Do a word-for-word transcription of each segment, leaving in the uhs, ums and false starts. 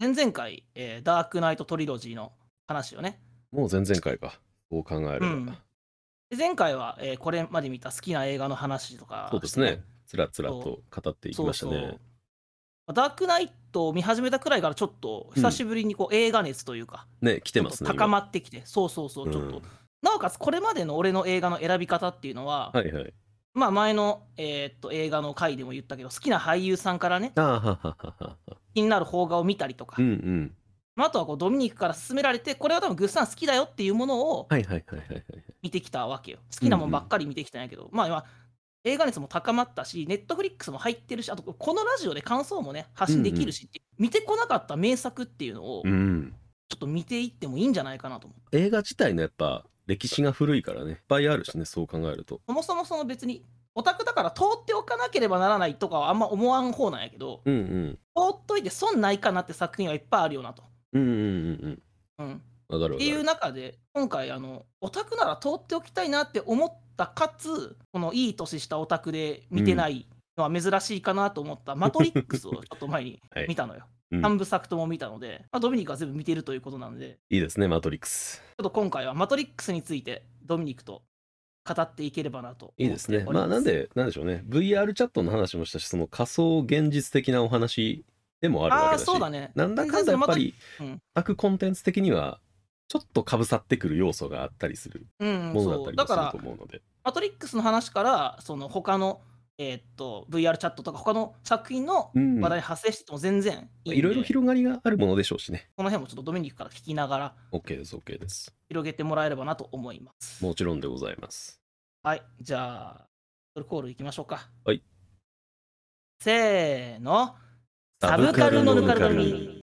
前々回、えーダークナイトトリロジーの話をね。 もう前々回か。そう考えれば。 うん。で前回は、えーこれまで見た好きな映画の話とそうかしてですね。つらつらと語っていきそうましたね。 そうダークナイトを見始めたくらいからちょっと久しぶりにこう映画熱というか、 ね、来てますね。 ちょっと高まってきて、そうそうそう、ちょっと、 うんなおかつこれまでの俺の映画の選び方っていうのは、 はいはい。 まあ前の、えーっと映画の回でも言ったけど、好きな俳優さんからね、 ああ、ははははは。 気になる邦画を見たりとか、 うんうん。 まあ、あとはこうドミニクから勧められて、これは多分グッさん好きだよっていうものをはいはいはいはいはい。 見てきたわけよ。好きなもんばっかり見てきたんやけど、まあ今、映画熱も高まったし、ネットフリックスも入ってるし、あとこのラジオで感想もね、発信できるしって、見てこなかった名作っていうのを、 うん。 ちょっと見ていってもいいんじゃないかなと思う。 映画自体のやっぱ歴史が古いからね、いっぱいあるしね、そう考えると。 そもそもその別に、オタクだから通っておかなければならないとかはあんま思わん方なんやけど、 うんうん。 通っといて損ないかなって作品はいっぱいあるよなと。 うんうんうんうん。 うん。 わかるわかる。 っていう中で、今回あの、オタクなら通っておきたいなって思ったかつ、このいい年したオタクで見てないのは珍しいかなと思ったマトリックスをちょっと前にはい見たのよ。 うんさんぶ作とも見たので、まあ、ドミニクは全部見てるということなので、 いいですね、マトリックス。 ちょっと今回はマトリックスについてドミニクと語っていければなと思っております。 いいですね。まあなんで、なんでしょうね。ブイアール チャットの話もしたし、その仮想現実的なお話でもあるわけだし、 あーそうだねなんだかんだやっぱり、 うんオタクコンテンツ的には、ちょっとかぶさってくる要素があったりするうん、 ものだっそうたりもするだからと思うので。 マトリックスの話からその他のえーっと ブイアール チャットとか他の作品のうん話題派生してても全然いいんで、 いろいろ広がりがあるものでしょうしね。 この辺もちょっとドミニクから聞きながら OK です、OK です。 広げてもらえればなと思います。 もちろんでございます。 はい、じゃあトルコールいきましょうか。 はい。 せーの、 サブカルのぬかるみ。 み。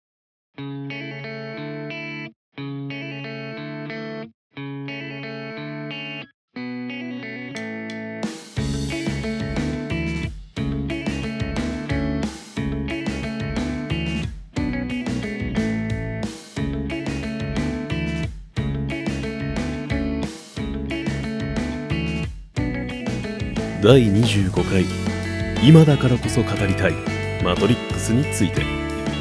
だいにじゅうごかい、今だからこそ語りたいマトリックスについて。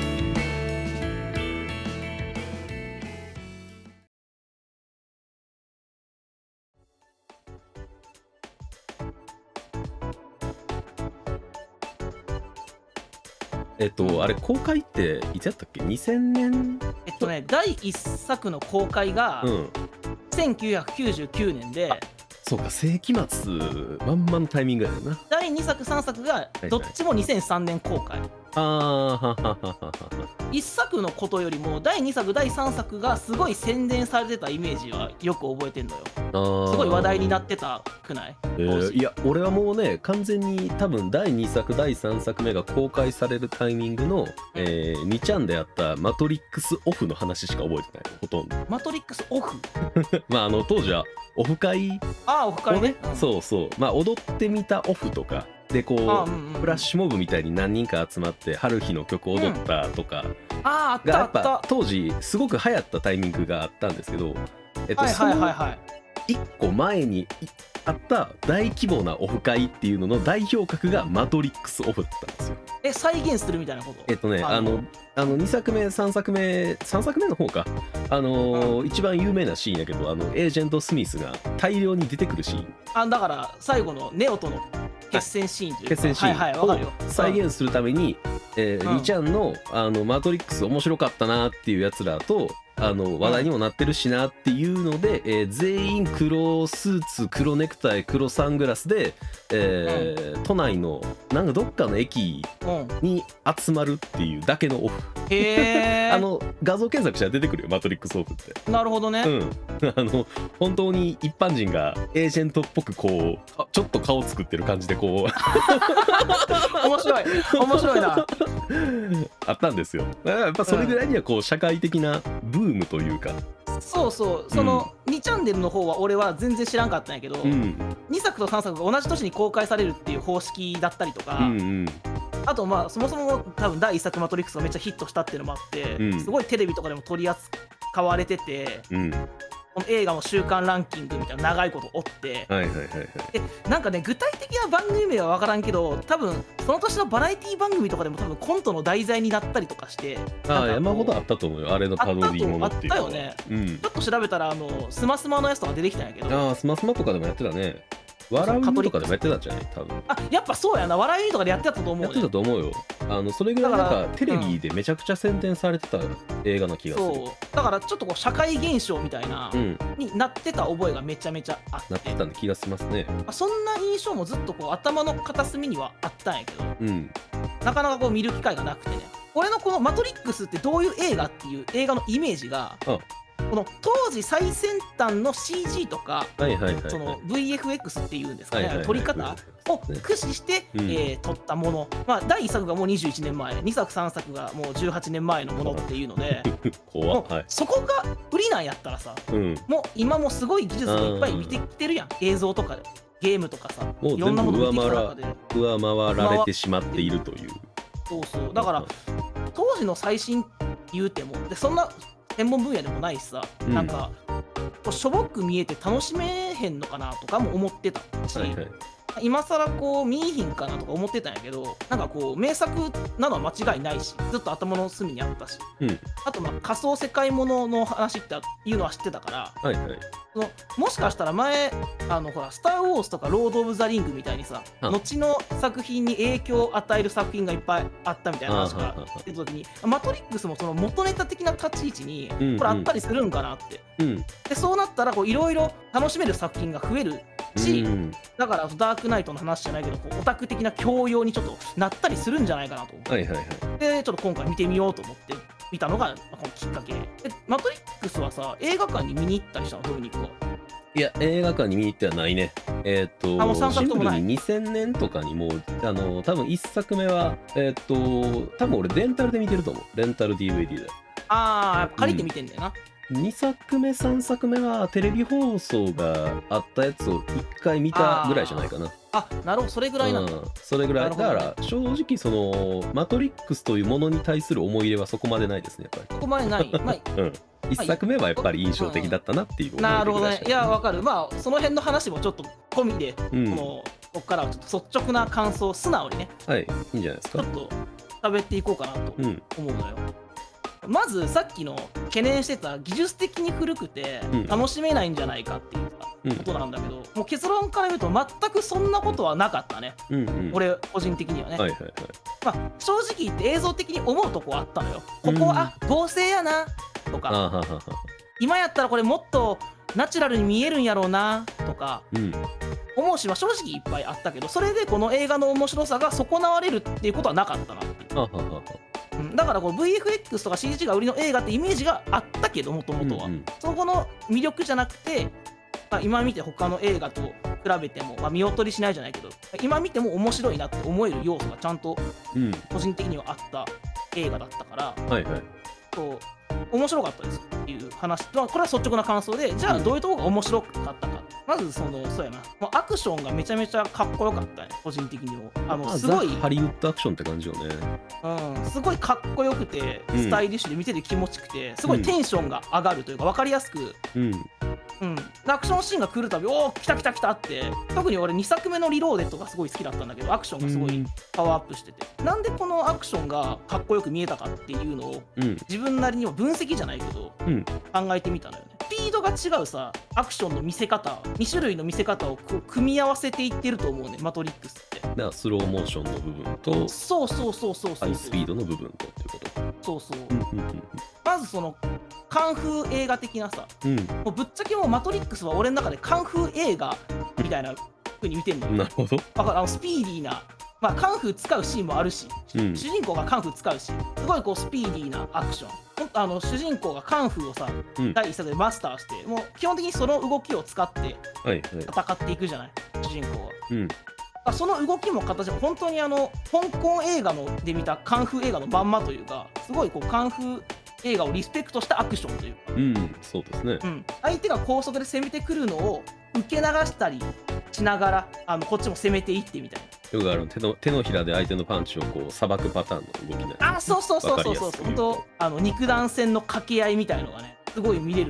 えっとあれ公開っていつやったっけ？にせんねん。 えっとね、だいいっさくの公開がうんせんきゅうひゃくきゅうじゅうきゅうねんで、 そうか、世紀末まんまのタイミングやな。 だいにさくさんさくがどっちもにせんさんねん公開。 あーははははは。 いっさくのことよりもだいにさくだいさんさくがすごい宣伝されてたイメージはよく覚えてんのよ。すごい話題になってたくない？ えー、いや俺はもうね完全に多分だいにさくだいさんさくめが公開されるタイミングの、えー、にちゃんであったマトリックスオフの話しか覚えてないほとんど。 マトリックスオフまああの当時はオフ会ああ、オフをね会ね。うんそうそうまあ踊ってみたオフとかでこああ、 ううんうんうんフラッシュモブみたいに何人か集まって春日の曲踊ったとかああ、あったあっがやっぱた。 当時すごく流行ったタイミングがあったんですけど、えっとはいはいはいそのはい。 いっこまえにあった大規模なオフ会っていうのの代表格がマトリックスオフだったんですよ。 え、再現するみたいなこと？ えっとねあのあのにさくめさんさくめさんさくめの方かあのー一番有名なシーンやけどあのエージェント・スミスが大量に出てくるシーンあ、だから最後のネオとの決戦シーンというか、 決戦シーンはいはい、わかるよ。 を再現するために、えーうんにちゃんのあのマトリックス面白かったなっていうやつらとあの話題にもなってるしなっていうので、えー全員黒スーツ黒ネクタイ黒サングラスで、えー都内のなんかどっかの駅うん。 に集まるっていうだけのオフへえ。 あの画像検索したら出てくるよマトリックスオフってなるほどね。 うんあの本当に一般人がエージェントっぽくこうちょっと顔作ってる感じでこう面白い。面白いな。 あったんですよ。だからやっぱそれぐらいにはこう社会的なブームというか、 そうそう。そのにチャンネルの方は俺は全然知らんかったんやけど、 うん、 にさくとさんさくが同じ年に公開されるっていう方式だったりとか、 うんうんあとまあそもそも多分だいいっさくマトリックスがめっちゃヒットしたっていうのもあって、 うんすごいテレビとかでも取り扱われてて、 うんこの映画の週間ランキングみたいな長いこと追って、 はいはいはいはい。 でなんかね具体的な番組名は分からんけど、多分その年のバラエティ番組とかでも多分コントの題材になったりとかして、 ああ山ほどあったと思うよ、あれのパロディーものっていうのは。 あったよね。 うん。 ちょっと調べたらあのスマスマのやつとか出てきたんやけど、 ああスマスマとかでもやってたね。笑うとかでもやってたんじゃない多分。 あやっぱそうやな、笑いとかでやってたと思う、ね、 やってたと思うよ。あのそれぐらいなんかテレビでめちゃくちゃ宣伝されてた映画の気がする。 そうだからちょっとこう社会現象みたいな、 うん、 になってた覚えがめちゃめちゃあって、 なってたん気がしますね。 そんな印象もずっとこう頭の片隅にはあったんやけど、 うん、 なかなかこう見る機会がなくてね。俺のこの「マトリックス」ってどういう映画っていう映画のイメージが、 あこの当時最先端の シージー とか、 はいはいはいはい、 その ブイエフエックス っていうんですかね、 はいはいはい、 撮り方を駆使して、 うん、 えー、撮ったもの、まあ、だいいっさくがもうにじゅういちねんまえ、にさくさんさくがもうじゅうはちねんまえのものっていうので怖っ、はい、 そこが売りなんやったらさ、 うん、 もう今もすごい技術もいっぱい見てきてるやん、映像とかでゲームとかさ、 もう全部上回ら上回られてしまっているという。 そうそうだから当時の最新言うてもでそんな専門分野でもないしさ、うん、なんかこうしょぼく見えて楽しめへんのかなとかも思ってたし、はいはい、今更こう見えひんかなとか思ってたんやけど、なんかこう名作なのは間違いないし、ずっと頭の隅にあったし、うん、あとまあ仮想世界ものの話っていうのは知ってたから、 はいはい、 そのもしかしたら前あのほらスター・ウォーズとかロード・オブ・ザ・リングみたいにさ、後の作品に影響を与える作品がいっぱいあったみたいな話が出た時に、マトリックスもその元ネタ的な立ち位置にこれあったりするんかなって、うんうん、でそうなったらいろいろ楽しめる作品が増えるし、うん、だからダークナイトの話じゃないけどこうオタク的な教養にちょっとなったりするんじゃないかなと思って、 はいはいはい、 でちょっと今回見てみようと思って見たのがこのきっかけで、マトリックスはさ映画館に見に行ったりしたの？ドミニクは。 いや映画館に見に行ってはないね。えっ、ー、とあもうさんさくともない。 シンプルににせんねんとかにもうあの多分いっさくめはえっ、ー、と多分俺レンタルで見てると思う。レンタル ディーブイディー で。 ああ借りて見てんだよな。 うん、にさくめさんさくめはテレビ放送があったやつをいっかい見たぐらいじゃないかな。 あなるほどそれぐらいなんだ、うん、 それぐらいだから正直そのマトリックスというものに対する思い入れはそこまでないですねやっぱり。 そこまでない、まあうん、いっさくめはやっぱり印象的だったなっていう、 うん、なるほどね。いやわかる。まあその辺の話もちょっと込みで、うん、このここからはちょっと率直な感想を素直にね、 はいいいんじゃないですか。 ちょっと喋っていこうかなと思うのよ、うん、まずさっきの懸念してた技術的に古くて楽しめないんじゃないかっていうことなんだけど、うん、もう結論から言うと全くそんなことはなかったね、うんうん、俺個人的にはね、はいはいはい、まあ、正直言って映像的に思うとこあったのよ。ここは、うん、あ合成やなとか、ははは今やったらこれもっとナチュラルに見えるんやろうなとか、うん、思うしは正直いっぱいあったけど、それでこの映画の面白さが損なわれるっていうことはなかったなっていう。はははうん、だからこう ブイエフエックス とか シージー が売りの映画ってイメージがあったけどもともとは、うんうん、そこの魅力じゃなくて、まあ、今見て他の映画と比べても、まあ、見劣りしないじゃないけど今見ても面白いなって思える要素がちゃんと個人的にはあった映画だったから、うんはいはい、そう面白かったですっていう話、まあ、これは率直な感想で、じゃあどういうところが面白かったか、まずそのそうやな、もうアクションがめちゃめちゃかっこよかったね個人的にも。あのすごいハリウッドアクションって感じよね。 うん、すごいかっこよくてスタイリッシュで見てて気持ちよくて、すごいテンションが上がるというか分かりやすく、うんうん、アクションシーンが来るたびおー来た来た来たって、特に俺にさくめのリローデッドがすごい好きだったんだけど、アクションがすごいパワーアップしてて、うん、なんでこのアクションがかっこよく見えたかっていうのを、うん、自分なりにも分析じゃないけど、うん、考えてみたのよね。スピードが違うさアクションの見せ方、に種類の見せ方をこう組み合わせていってると思うねマトリックスって。 だからスローモーションの部分とそうそうそうそうそうハイスピードの部分とっていうこと。 そうそうまずそのカンフー映画的なさ、うん、もうぶっちゃけもうマトリックスは俺の中でカンフー映画みたいな風に見てんのよ。 なるほど。 だからあのスピーディーな、まあ、カンフー使うシーンもあるし、うん、主人公がカンフー使うし、すごいこうスピーディーなアクション、あの主人公がカンフーをさ、うん、だいいっさくでマスターして、もう基本的にその動きを使って戦っていくじゃない、はいはい、主人公は、うん、その動きも形も本当にあの香港映画ので見たカンフー映画のまんまというか、すごいこうカンフー映画をリスペクトしたアクションというか、 うん、そうですね、うん、 相手が高速で攻めてくるのを受け流したりしながらあのこっちも攻めていってみたいな。 よくある手の手のひらで相手のパンチをこうさばくパターンの動きなんあそうそうそうそうそう、本当あの肉弾戦の掛け合いみたいのがねすごい見れるのよね。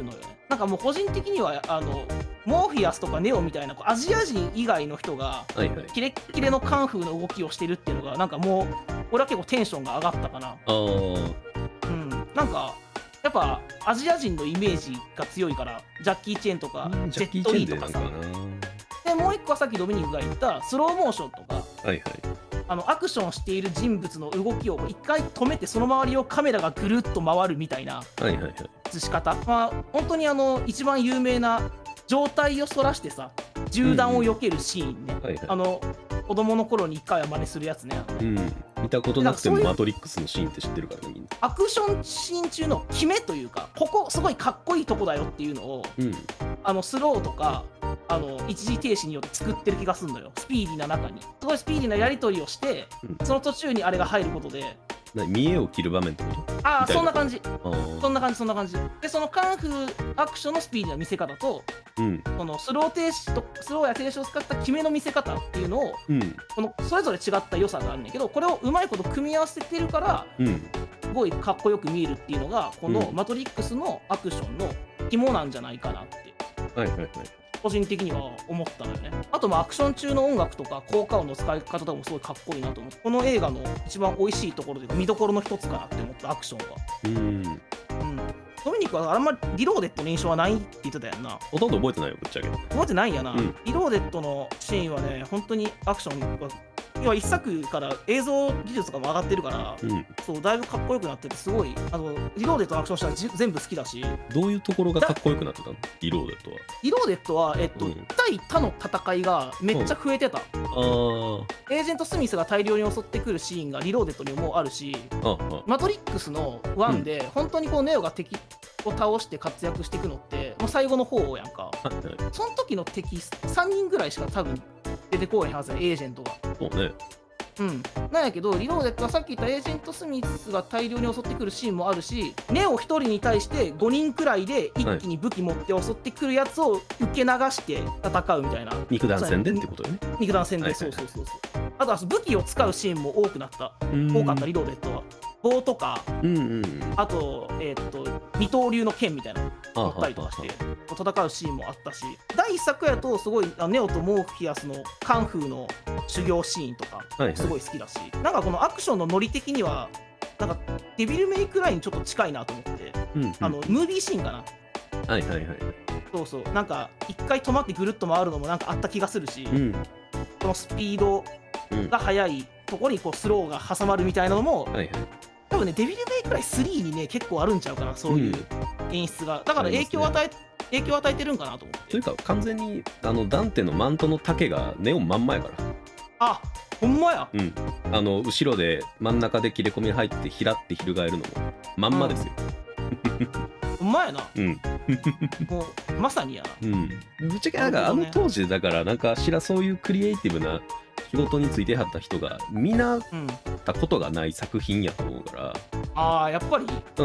なんかもう個人的にはあのモーフィアスとかネオみたいなこうアジア人以外の人がキレッキレのカンフーの動きをしてるっていうのがなんかもう俺は結構テンションが上がったかな。 あー、 うん、なんかやっぱアジア人のイメージが強いからジャッキー・チェンとかジェット・リーとかさ。でもう一個はさっきドミニクが言ったスローモーションとか、 はいはい、 あのアクションしている人物の動きを一回止めてその周りをカメラがぐるっと回るみたいな映し方、まあ本当にあの一番有名な状態をそらしてさ銃弾を避けるシーンね、うんうんはいはい、あの子供の頃に一回は真似するやつね、 うん、見たことなくてもマトリックスのシーンって知ってるからねみんな。 アクションシーン中の決めというかここすごいかっこいいとこだよっていうのを、うん、あのスローとかあの一時停止によって作ってる気がするのよ。スピーディーな中にすごいスピーディーなやり取りをして、うん、その途中にあれが入ることで見栄を切る場面ってこと？ ああそんな感じそんな感じそんな感じで、そのカンフーアクションのスピーディーな見せ方と、うん、このスロー停止とスローや停止を使った決めの見せ方っていうのを、うん、このそれぞれ違った良さがあるんだけどこれをうまいこと組み合わせてるから、うん、すごいかっこよく見えるっていうのがこのマトリックスのアクションの肝なんじゃないかなって、 はいはいはい、 個人的には思ったのよね。あとまあアクション中の音楽とか効果音の使い方とかもすごいかっこいいなと思って、この映画の一番美味しいところというか見どころの一つかなって思ったアクションは。うん、うん、ドミニクはあんまりリローデッドの印象はないって言ってたやんな。 ほとんど覚えてないよぶっちゃけ。 覚えてないんやな、うん、リローデッドのシーンはね本当にアクションは要は一作から映像技術とかも上がってるから、うん、そうだいぶかっこよくなっててすごいあのリローデッドのアクションしたら全部好きだし。 どういうところがかっこよくなってたのリローデッドは？リローデッドは、えっとうん、対他の戦いがめっちゃ増えてた、うん、あエージェント・スミスが大量に襲ってくるシーンがリローデッドにもあるし、ああマトリックスのワンで、うん、本当にこうネオが敵を倒して活躍していくのってもう最後の方やんか、はいはい、その時の敵さんにんぐらいしか多分出てこないはずやエージェントが。 そうね。 うん、なんやけどリローデッドはさっき言ったエージェント・スミスが大量に襲ってくるシーンもあるしネオひとりに対してごにんくらいで一気に武器持って襲ってくるやつを受け流して戦うみたいな、 肉弾戦でってことよね。 肉弾戦で、はいはいはい、そうそうそうそう。あとは武器を使うシーンも多くなった多かったリローデッドは。棒とか、うんうんうん、あと,、えー、っと二刀流の剣みたいなの持ったりとかして戦うシーンもあったし、だいいっさくやとすごいネオとモーフィアスのカンフーの修行シーンとかすごい好きだし、はいはい、なんかこのアクションのノリ的にはなんかデビルメイクラインにちょっと近いなと思って、うんうん、あのムービーシーンかな。 はいはいはい。 そうそう、なんか一回止まってぐるっと回るのもなんかあった気がするし、うん、このスピードが速いところにこうスローが挟まるみたいなのも、はいはい、多分ねデビルメイクラインスリーにね結構あるんちゃうかな、そういう演出が、うん、だから影響を与え、ね、影響を与えてるんかなと思って。 というか完全にあのダンテのマントの丈がネオンまんまやから。 あ、ほんまや。 うん。あの後ろで真ん中で切れ込み入ってひらって翻るのもまんまですよ。 うん、ほんまやな。うん。もうまさにやな。 うん。ぶっちゃけなんかあの当時だからなんかしらそういうクリエイティブな仕事についてはった人が見なったことがない作品やと思うから、うん、 ああやっぱり、 うん、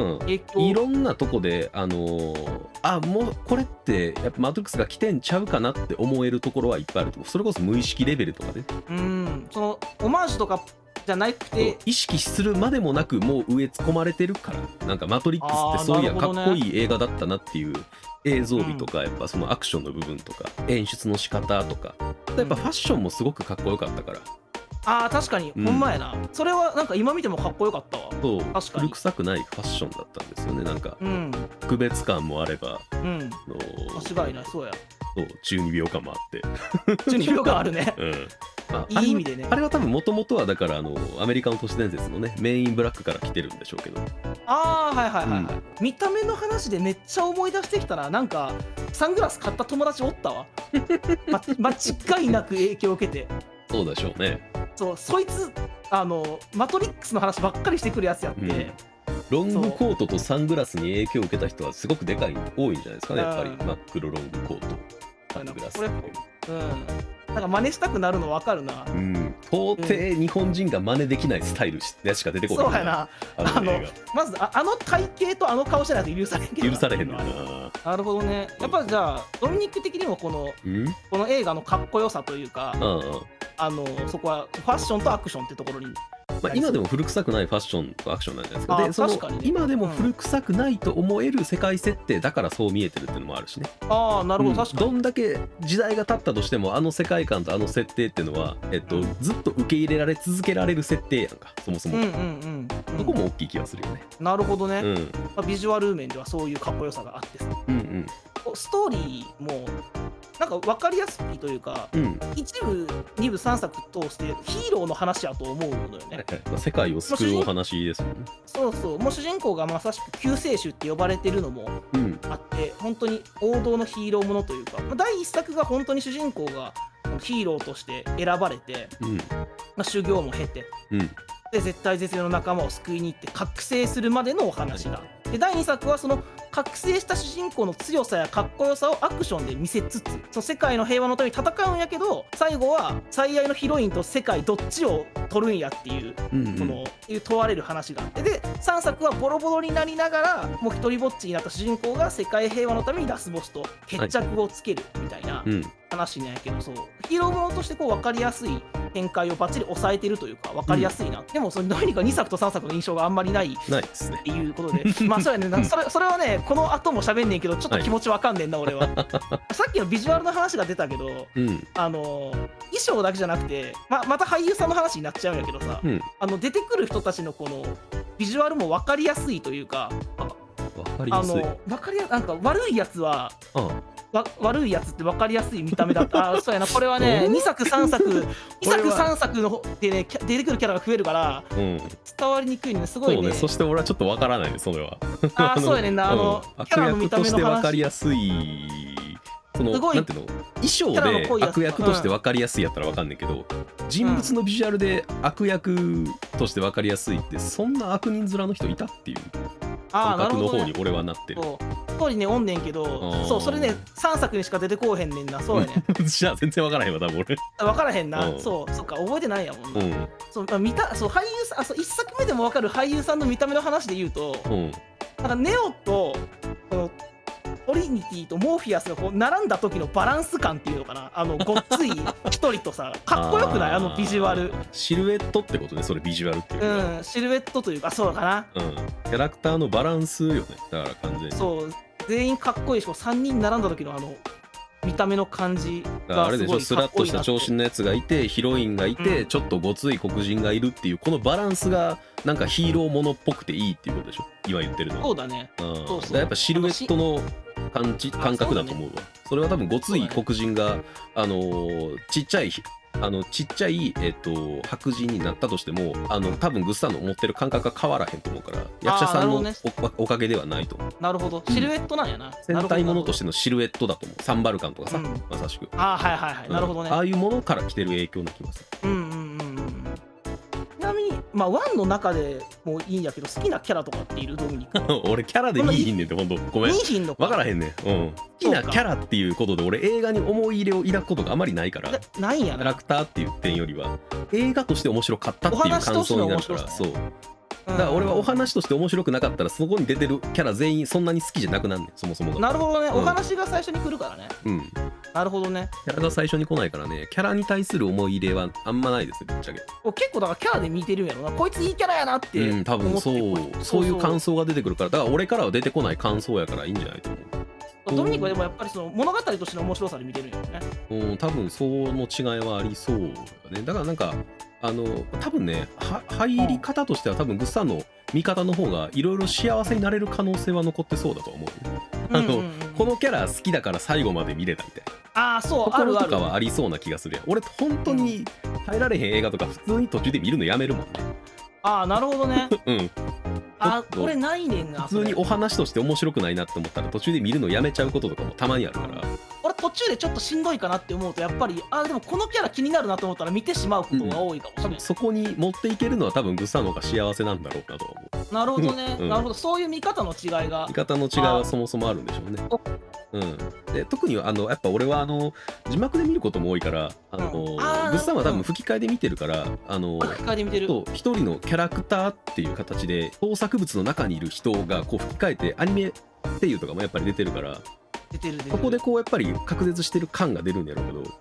いろんなとこであのー、あもうこれってやっぱマトリックスが来てんちゃうかなって思えるところはいっぱいあると思う。それこそ無意識レベルとかで、 うんそのオマージュとかじゃなくて意識するまでもなくもう上突っ込まれてるから、なんかマトリックスってそういやかっこいい映画だったなっていう映像美とか、やっぱそのアクションの部分とか演出の仕方とか、やっぱファッションもすごくかっこよかったから。 あー確かに、うん、ほんまやな。それはなんか今見てもかっこよかったわ。 そう、確かに古臭くないファッションだったんですよね。なんか、うん、特別感もあれば、うん、 の間違いない。そうや、 そう中二病感もあって中二病感あるね、うんまあ、いい意味でね。あれは多分もともとはだからあのアメリカの都市伝説のねメインブラックから来てるんでしょうけど。 ああはいはいはい、はい、うん、見た目の話でめっちゃ思い出してきたな。なんかサングラス買った友達おったわま、間違いなく影響を受けて。 そうでしょうね。 そうそいつあのマトリックスの話ばっかりしてくるやつやって、うん、 ロングコートとサングラスに影響を受けた人はすごくでかい多いんじゃないですかね。やっぱり真っ黒ロングコートサングラス。これ、うん、 なんか真似したくなるの分かるな。 うん、到底日本人が真似できないスタイルやしか出てこない。 そうやな。あのまず あ, あの体型とあの顔してないと許されへんけど。 許されへんな。 なるほどね。やっぱりじゃあドミニク的にもこの、うん、この映画のかっこよさというか、うんうん、あのそこはファッションとアクションってところにまあ、今でも古臭くないファッションとアクションなんじゃないですか。でその確かに、ね、 今でも古臭くないと思える世界設定だからそう見えてるっていうのもあるしね。 ああなるほど、うん、確かに。 どんだけ時代が経ったとしてもあの世界観とあの設定っていうのは、えっと、ずっと受け入れられ続けられる設定やんか、そもそも。うんうんうん、そこも大きい気がするよね。 なるほどね、うん、まあ、ビジュアル面ではそういうかっこよさがあってさ、うんうん、ストーリーもなんか分かりやすいというか、うん、いち部に部さんさく通してヒーローの話やと思うのよね、はいはい、世界を救うお話ですもんね。 そうそう、もう主人公がまさしく救世主って呼ばれてるのもあって、うん、本当に王道のヒーローものというか、まあ、だいいっさくが本当に主人公がヒーローとして選ばれて、うん、まあ、修行も経て、うん、で絶対絶命の仲間を救いに行って覚醒するまでのお話だ。でだいにさくはその覚醒した主人公の強さやかっこよさをアクションで見せつつ、その世界の平和のために戦うんやけど、最後は最愛のヒロインと世界どっちを取るんやっていう、うんうん、そのいう問われる話があって、でさんさくはボロボロになりながらもう一人ぼっちになった主人公が世界平和のためにラスボスと決着をつけるみたいな話なんやけど、そうヒーローものとしてこう分かりやすい展開をバッチリ抑えてるというか分かりやすいな、うん、でもそのどうにかにさくとさんさくの印象があんまりないっていうことで、まあそうやね、それそれはねこの後も喋んねんけどちょっと気持ちわかんねんな、はい、俺はさっきのビジュアルの話が出たけど、うん、あの衣装だけじゃなくて ま, また俳優さんの話になっちゃうんやけどさ、うん、あの出てくる人たちのこのビジュアルも分かりやすいというか、 分かりやすい、 あの分かりやなんか悪いやつは、ああ悪いやつって分かりやすい見た目だった。あ、そうやな、これはねにさくさんさくにさくさんさくのでね出てくるキャラが増えるから、うん、伝わりにくいね、すごいね。 そうね、そして俺はちょっと分からないね、それは。 あ、そうやねんな、あの、 うん、キャラの見た目の話悪役として分かりやすい、そのなんていうの、衣装で悪役として分かりやすいやったら分かんないけど、うん、人物のビジュアルで悪役として分かりやすいって、そんな悪人面の人いたっていう感覚の方に俺はなってる。 ストーリーねおんねんけど、そうそれねさんさくにしか出てこうへんねんな。そうやねじゃあ全然分からへんわ多分俺。 分からへんな、うん、そうそっか覚えてないやもんな、うん、そう見たそう俳優さん、あそういっさくめでも分かる俳優さんの見た目の話で言うと、うん、なんかネオとこのトリニティとモーフィアスがこう並んだ時のバランス感っていうのかな、あのごっつい一人とさかっこよくない？あのビジュアルシルエットってことね、それビジュアルっていうか、 うん、シルエットというかそうかな、 うん、キャラクターのバランスよね、だから完全にそう全員かっこいいし、さんにん並んだ時のあの見た目の感じがあれでしょ、スラッとした長身のやつがいてヒロインがいて、うん、ちょっとごつい黒人がいるっていうこのバランスがなんかヒーローものっぽくていいっていうことでしょ今言ってるのは。 そうだね、 うん、そうそうだやっぱシルエットの感じ感覚だと思うわ。 そ, それは多分ごつい黒人が、ね、あのー、ちっちゃいあのちっちゃい、えー、と白人になったとしても、あの多分グッサンの持ってる感覚が変わらへんと思うから、役者さんの お,、ね、おかげではないと思う。 なるほど、シルエットなんやな、うん、 戦隊ものとしてのシルエットだと思う。サンバルカンとかさ、うん、まさしくあはいはいはい、うん、なるほどね。 ああいうものから来てる影響な気がする。 うんうんうんうん。ちなみにまあワンの中でもいいんやけど好きなキャラとかっている？ドミニク俺キャラで見えひんねんってほんとごめん、 見えひんのか分からへんねん、うん、好きなキャラっていうことで俺映画に思い入れを抱くことがあまりないから、 ないんやな、 キャラクターっていう点よりは映画として面白かったっていう感想になるから、そうだから俺はお話として面白くなかったらそこに出てるキャラ全員そんなに好きじゃなくなんねん、そもそもが。なるほどね、うん、お話が最初に来るからね。うん、なるほどね。 キャラが最初に来ないからね、キャラに対する思い入れはあんまないですよぶっちゃけ。 結構だからキャラで見てるんやろな、こいついいキャラやなって思って、うん、 多分そうそういう感想が出てくるから、だから俺からは出てこない感想やからいいんじゃないと思う。 ドミニクはでもやっぱりその物語としての面白さで見てるんやろね。 うん、多分その違いはありそうよね。だからなんかあの多分ねは入り方としては多分グッサンの見方の方がいろいろ幸せになれる可能性は残ってそうだと思う。あの、うんうんうん、このキャラ好きだから最後まで見れたみたいな、 あそうところとかはありそうな気がするやん。俺本当に耐えられへん映画とか普通に途中で見るのやめるもんね。 ああなるほどね。 うん。 あこれないねんな。 普通にお話として面白くないなって思ったら途中で見るのやめちゃうこととかもたまにあるから。 俺途中でちょっとしんどいかなって思うとやっぱりあでもこのキャラ気になるなと思ったら見てしまうことが多いかもしれない、うん、 そこに持っていけるのは多分グッサンの方が幸せなんだろうなとは思う。 なるほどね、うん、なるほど、そういう見方の違いが見方の違いはそもそもあるんでしょうね。うん、で特にあのやっぱ俺はあの字幕で見ることも多いからあの、うん、あグッサンは多分吹き替えで見てるからあの吹き替えで見てると一人のキャラクターっていう形で創作物の中にいる人がこう吹き替えてアニメ声優とかもやっぱり出てるから出てる出てるそこでこうやっぱり隔絶してる感が出るんやろうけど、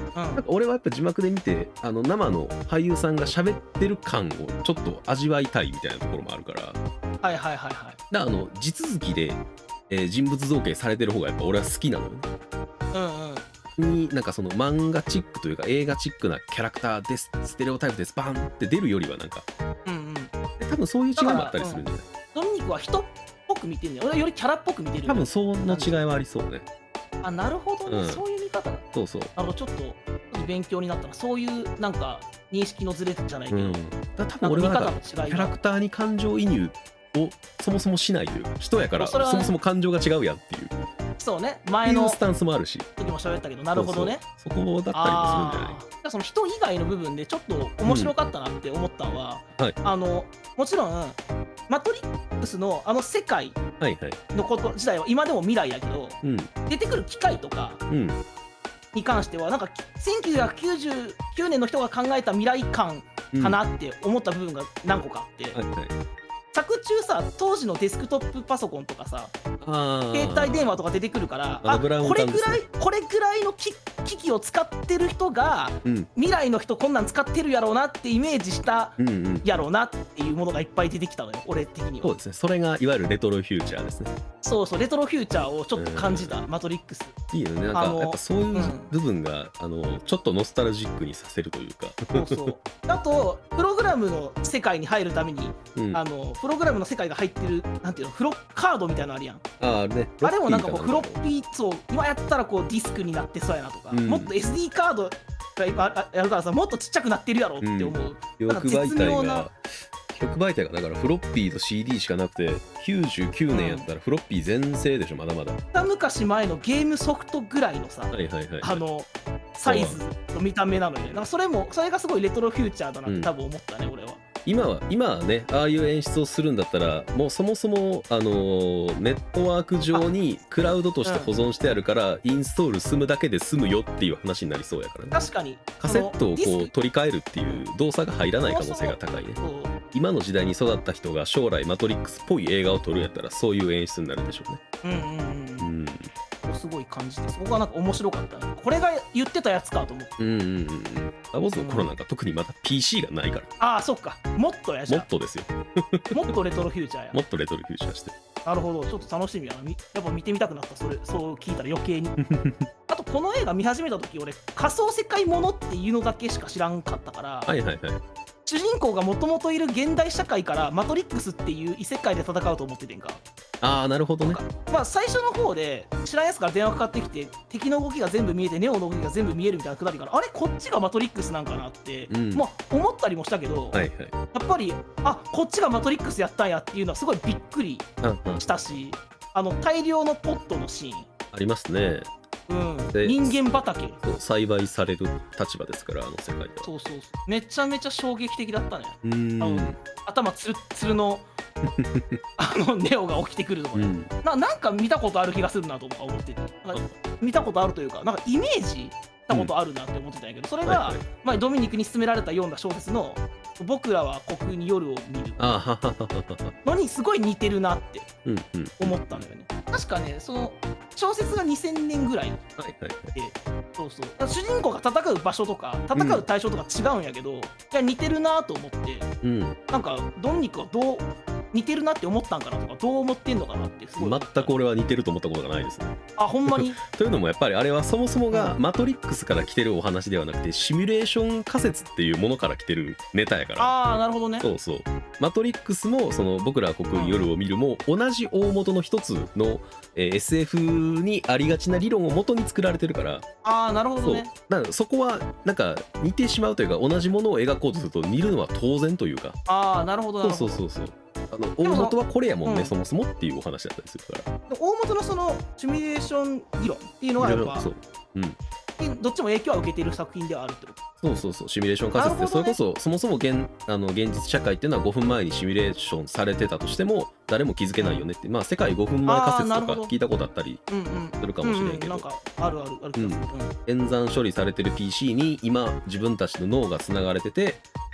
なんか俺はやっぱ字幕で見てあの生の俳優さんが喋ってる感をちょっと味わいたいみたいなところもあるから、 はいはいはいはい。 だからあの地続きで、えー人物造形されてる方がやっぱ俺は好きなのよね。 うんうん。 になんかその漫画チックというか映画チックなキャラクターです、ステレオタイプですバンって出るよりはなんか、 うんうん。 多分そういう違いもあったりするんじゃない？ ドミニクは人っぽく見てるんだよ。俺はよりキャラっぽく見てるんだよ。 多分その違いはありそうね。 あ、なるほどね、 うんそういう見方だ。 そうそう。 あのちょっとちょっと勉強になったな。そういうなんか認識のズレじゃないけど、 うん、だ多分俺はなんかなんか見方の違いがキャラクターに感情移入をそもそもしないというか、人やからそそれはねもそも感情が違うやんっていうそうね、 って前のいうスタンスもあるし、 時も喋ったけど、なるほどね。 そうそうそこだったりもするんじゃない？ あーじゃあその人以外の部分でちょっと面白かったなって思ったのは、 うんはいあのもちろんマトリックスのあの世界はいはい。 のこと自体は今でも未来やけど、 うん出てくる機械とかうんに関してはなんかせんきゅうひゃくきゅうじゅうきゅうねんの人が考えた未来感うんかなって思った部分が何個かあって、 はいはい。 作中さ当時のデスクトップパソコンとかさあ携帯電話とか出てくるからああのブラウンこれ管ですねぐらいこれぐらいの機機器を使ってる人がうん未来の人こんなん使ってるやろうなってイメージしたうんうんやろうなっていうものがいっぱい出てきたのよ俺的には。 そうですね。それがいわゆるレトロフューチャーですね。 そうそうレトロフューチャーをちょっと感じた、 うんマトリックス。 いいよね。なんあのかやっぱそういううん部分が、あのちょっとノスタルジックにさせるというか。 そうそうあとプログラムの世界に入るために、 うん、ああのプログラムの世界が入ってるなんていうのフロカードみたいなのあるやん。 ああれね。 あれもなんかこうフロッッピーそう今やったらこうディスクになってそうやなとか、 うんもっと エスディー カードが今あやるからさもっとちっちゃくなってるやろって思う、 記憶媒体が記憶媒体がだからフロッピーと シーディー しかなくてきゅうじゅうきゅうねんやったらフロッピー全盛でしょまだまだ。 一昔前のゲームソフトぐらいのさ、 はいはいはい。 あのサイズの見た目なのよね。なんかそれもそれがすごいレトロフューチャーだなって多分思ったね、俺は。 今は今はねああいう演出をするんだったらもうそもそもあのーネットワーク上にクラウドとして保存してあるからインストール済むだけで済むよっていう話になりそうやからね。 確かにカセットをそのこう取り替えるっていう動作が入らない可能性が高いね。 そう今の時代に育った人が将来マトリックスっぽい映画を撮るんやったらそういう演出になるでしょうね。 うんうんうんうんすごい感じてそこがなんか面白かったね。これが言ってたやつかと思って。 うんうんうんうん。ラボズの頃なんか特にまだ ピーシー がないから。 ああそっかもっとやじゃもっとですよ。 あもっとレトロフューチャーや。 もっとレトロフューチャーしてる。 なるほどちょっと楽しみやな。みやっぱ見てみたくなったそれそう聞いたら余計にあとこの映画見始めた時俺仮想世界ものっていうのだけしか知らんかったから、 はいはいはい。 主人公がもともといる現代社会からマトリックスっていう異世界で戦うと思っててんか。 ああなるほどね。 まあ最初の方で知らんやつから電話かかってきて敵の動きが全部見えてネオの動きが全部見えるみたいなくだりからあれこっちがマトリックスなんかなって、 うんまあ思ったりもしたけど、 はいはい。 やっぱりあこっちがマトリックスやったんやっていうのはすごいびっくりうんうんしたしあの大量のポットのシーン、 ありますね。 うん、 で人間畑そう栽培される立場ですからあの世界では。 そうそうそうめちゃめちゃ衝撃的だったね。 うーん。 あの頭つるっつるのあのネオが起きてくるとかね、 うんななんか見たことある気がするなと思っててなんか見たことあるというかなんかイメージしたことあるなって思ってたんやけど、それが、 はいはい前ドミニクに勧められた読んだ小説の「僕らは虚空に夜を見るあははははは。」 のにすごい似てるなってうんうん。 思ったのよね。確かねその小説がにせんねんぐらいはいはいはい。 でそうそうだから主人公が戦う場所とか戦う対象とか違うんやけど、いや似てるなと思ってうん。 なんかドンニクはどう似てるなって思ったんかなとかどう思ってんのかなってすごい思った全く俺は似てると思ったことがないですね。 あほんまにというのもやっぱりあれはそもそもがうんマトリックスから来てるお話ではなくてシミュレーション仮説っていうものから来てるネタやから。 ああなるほどねそうそう。マトリックスもその僕らは国に夜を見るも同じ大元の一つの、えー エスエフ にありがちな理論を元に作られてるから。 ああなるほそうどねだからそこはなんか似てしまうというか同じものを描こうとすると似るのは当然というか。 ああなるほどなそうるほどそうそうそう。あの大元はこれやもんね、 うんそもそもっていうお話だったりするから。 大元のそのシミュレーション理論っていうのはやっぱそう。うん。 どっちも影響は受けている作品ではあるってことそうそうそうシミュレーション仮説で、それなるほどねこそそもそも現あの現実社会っていうのはごふんまえにシミュレーションされてたとしても誰も気づけないよねって、まあ世界ごふんまえ仮説とかあーなるほど聞いたことあったりうんうんするかもしれんけど、 うんうん、なんかあるあるある気がする、うん演算処理されてる ピーシー に今自分たちの脳がつながれてて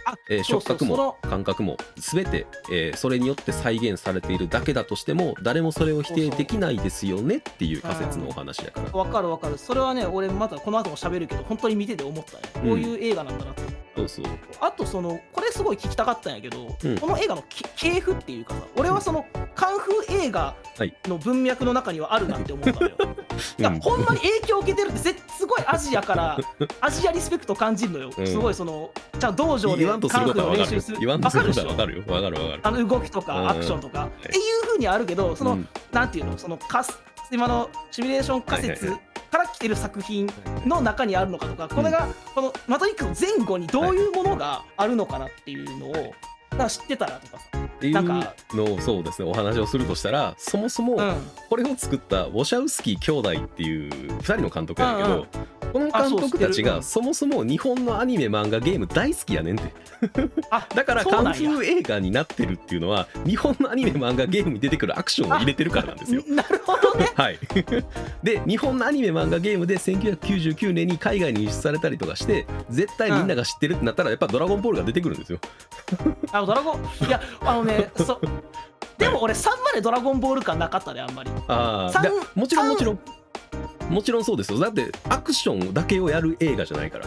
えー、触覚も感覚も全て、えー、それによって再現されているだけだとしても誰もそれを否定できないですよねっていう仮説のお話だから。 わかるわかる。それはね俺またこの後も喋るけど本当に見てて思ったね、こういう映画なんだなって。 そうそう。 あとそのこれすごい聞きたかったんやけど、 うん、 この映画の系譜っていうかさ、俺はそのカンフー映画の文脈の中にはあるなって思ったのよ、はい、いや、うん、ほんまに影響を受けてるってすごいアジアからアジアリスペクト感じるのよ、うん、すごいそのじゃあ道場でカンフーの練習する、 言わんとすることは分かるよ、分かる分かる、 あの動きとかアクションとか、うん、っていう風にあるけど、その、うん、なんていうの、そのカス今のシミュレーション仮説から来てる作品の中にあるのかとか、これがこのマトリックスの前後にどういうものがあるのかなっていうのをなんか知ってたらとかさ、 っていうのをそうですねお話をするとしたら、そもそもこれを作ったウォシャウスキー兄弟っていうふたりの監督やけど、うんうん、この監督たちがそもそも日本のアニメ漫画ゲーム大好きやねんってだからカンフー映画になってるっていうのは日本のアニメ漫画ゲームに出てくるアクションを入れてるからなんですよ。 なるほどねはいで日本のアニメ漫画ゲームでせんきゅうひゃくきゅうじゅうきゅうねんに海外に輸出されたりとかして絶対みんなが知ってるってなったらやっぱドラゴンボールが出てくるんですよあのドラゴンいやあのねそでも俺さんまでドラゴンボール感なかったねあんまり。 ああもちろんもちろんもちろんそうですよ。だってアクションだけをやる映画じゃないから、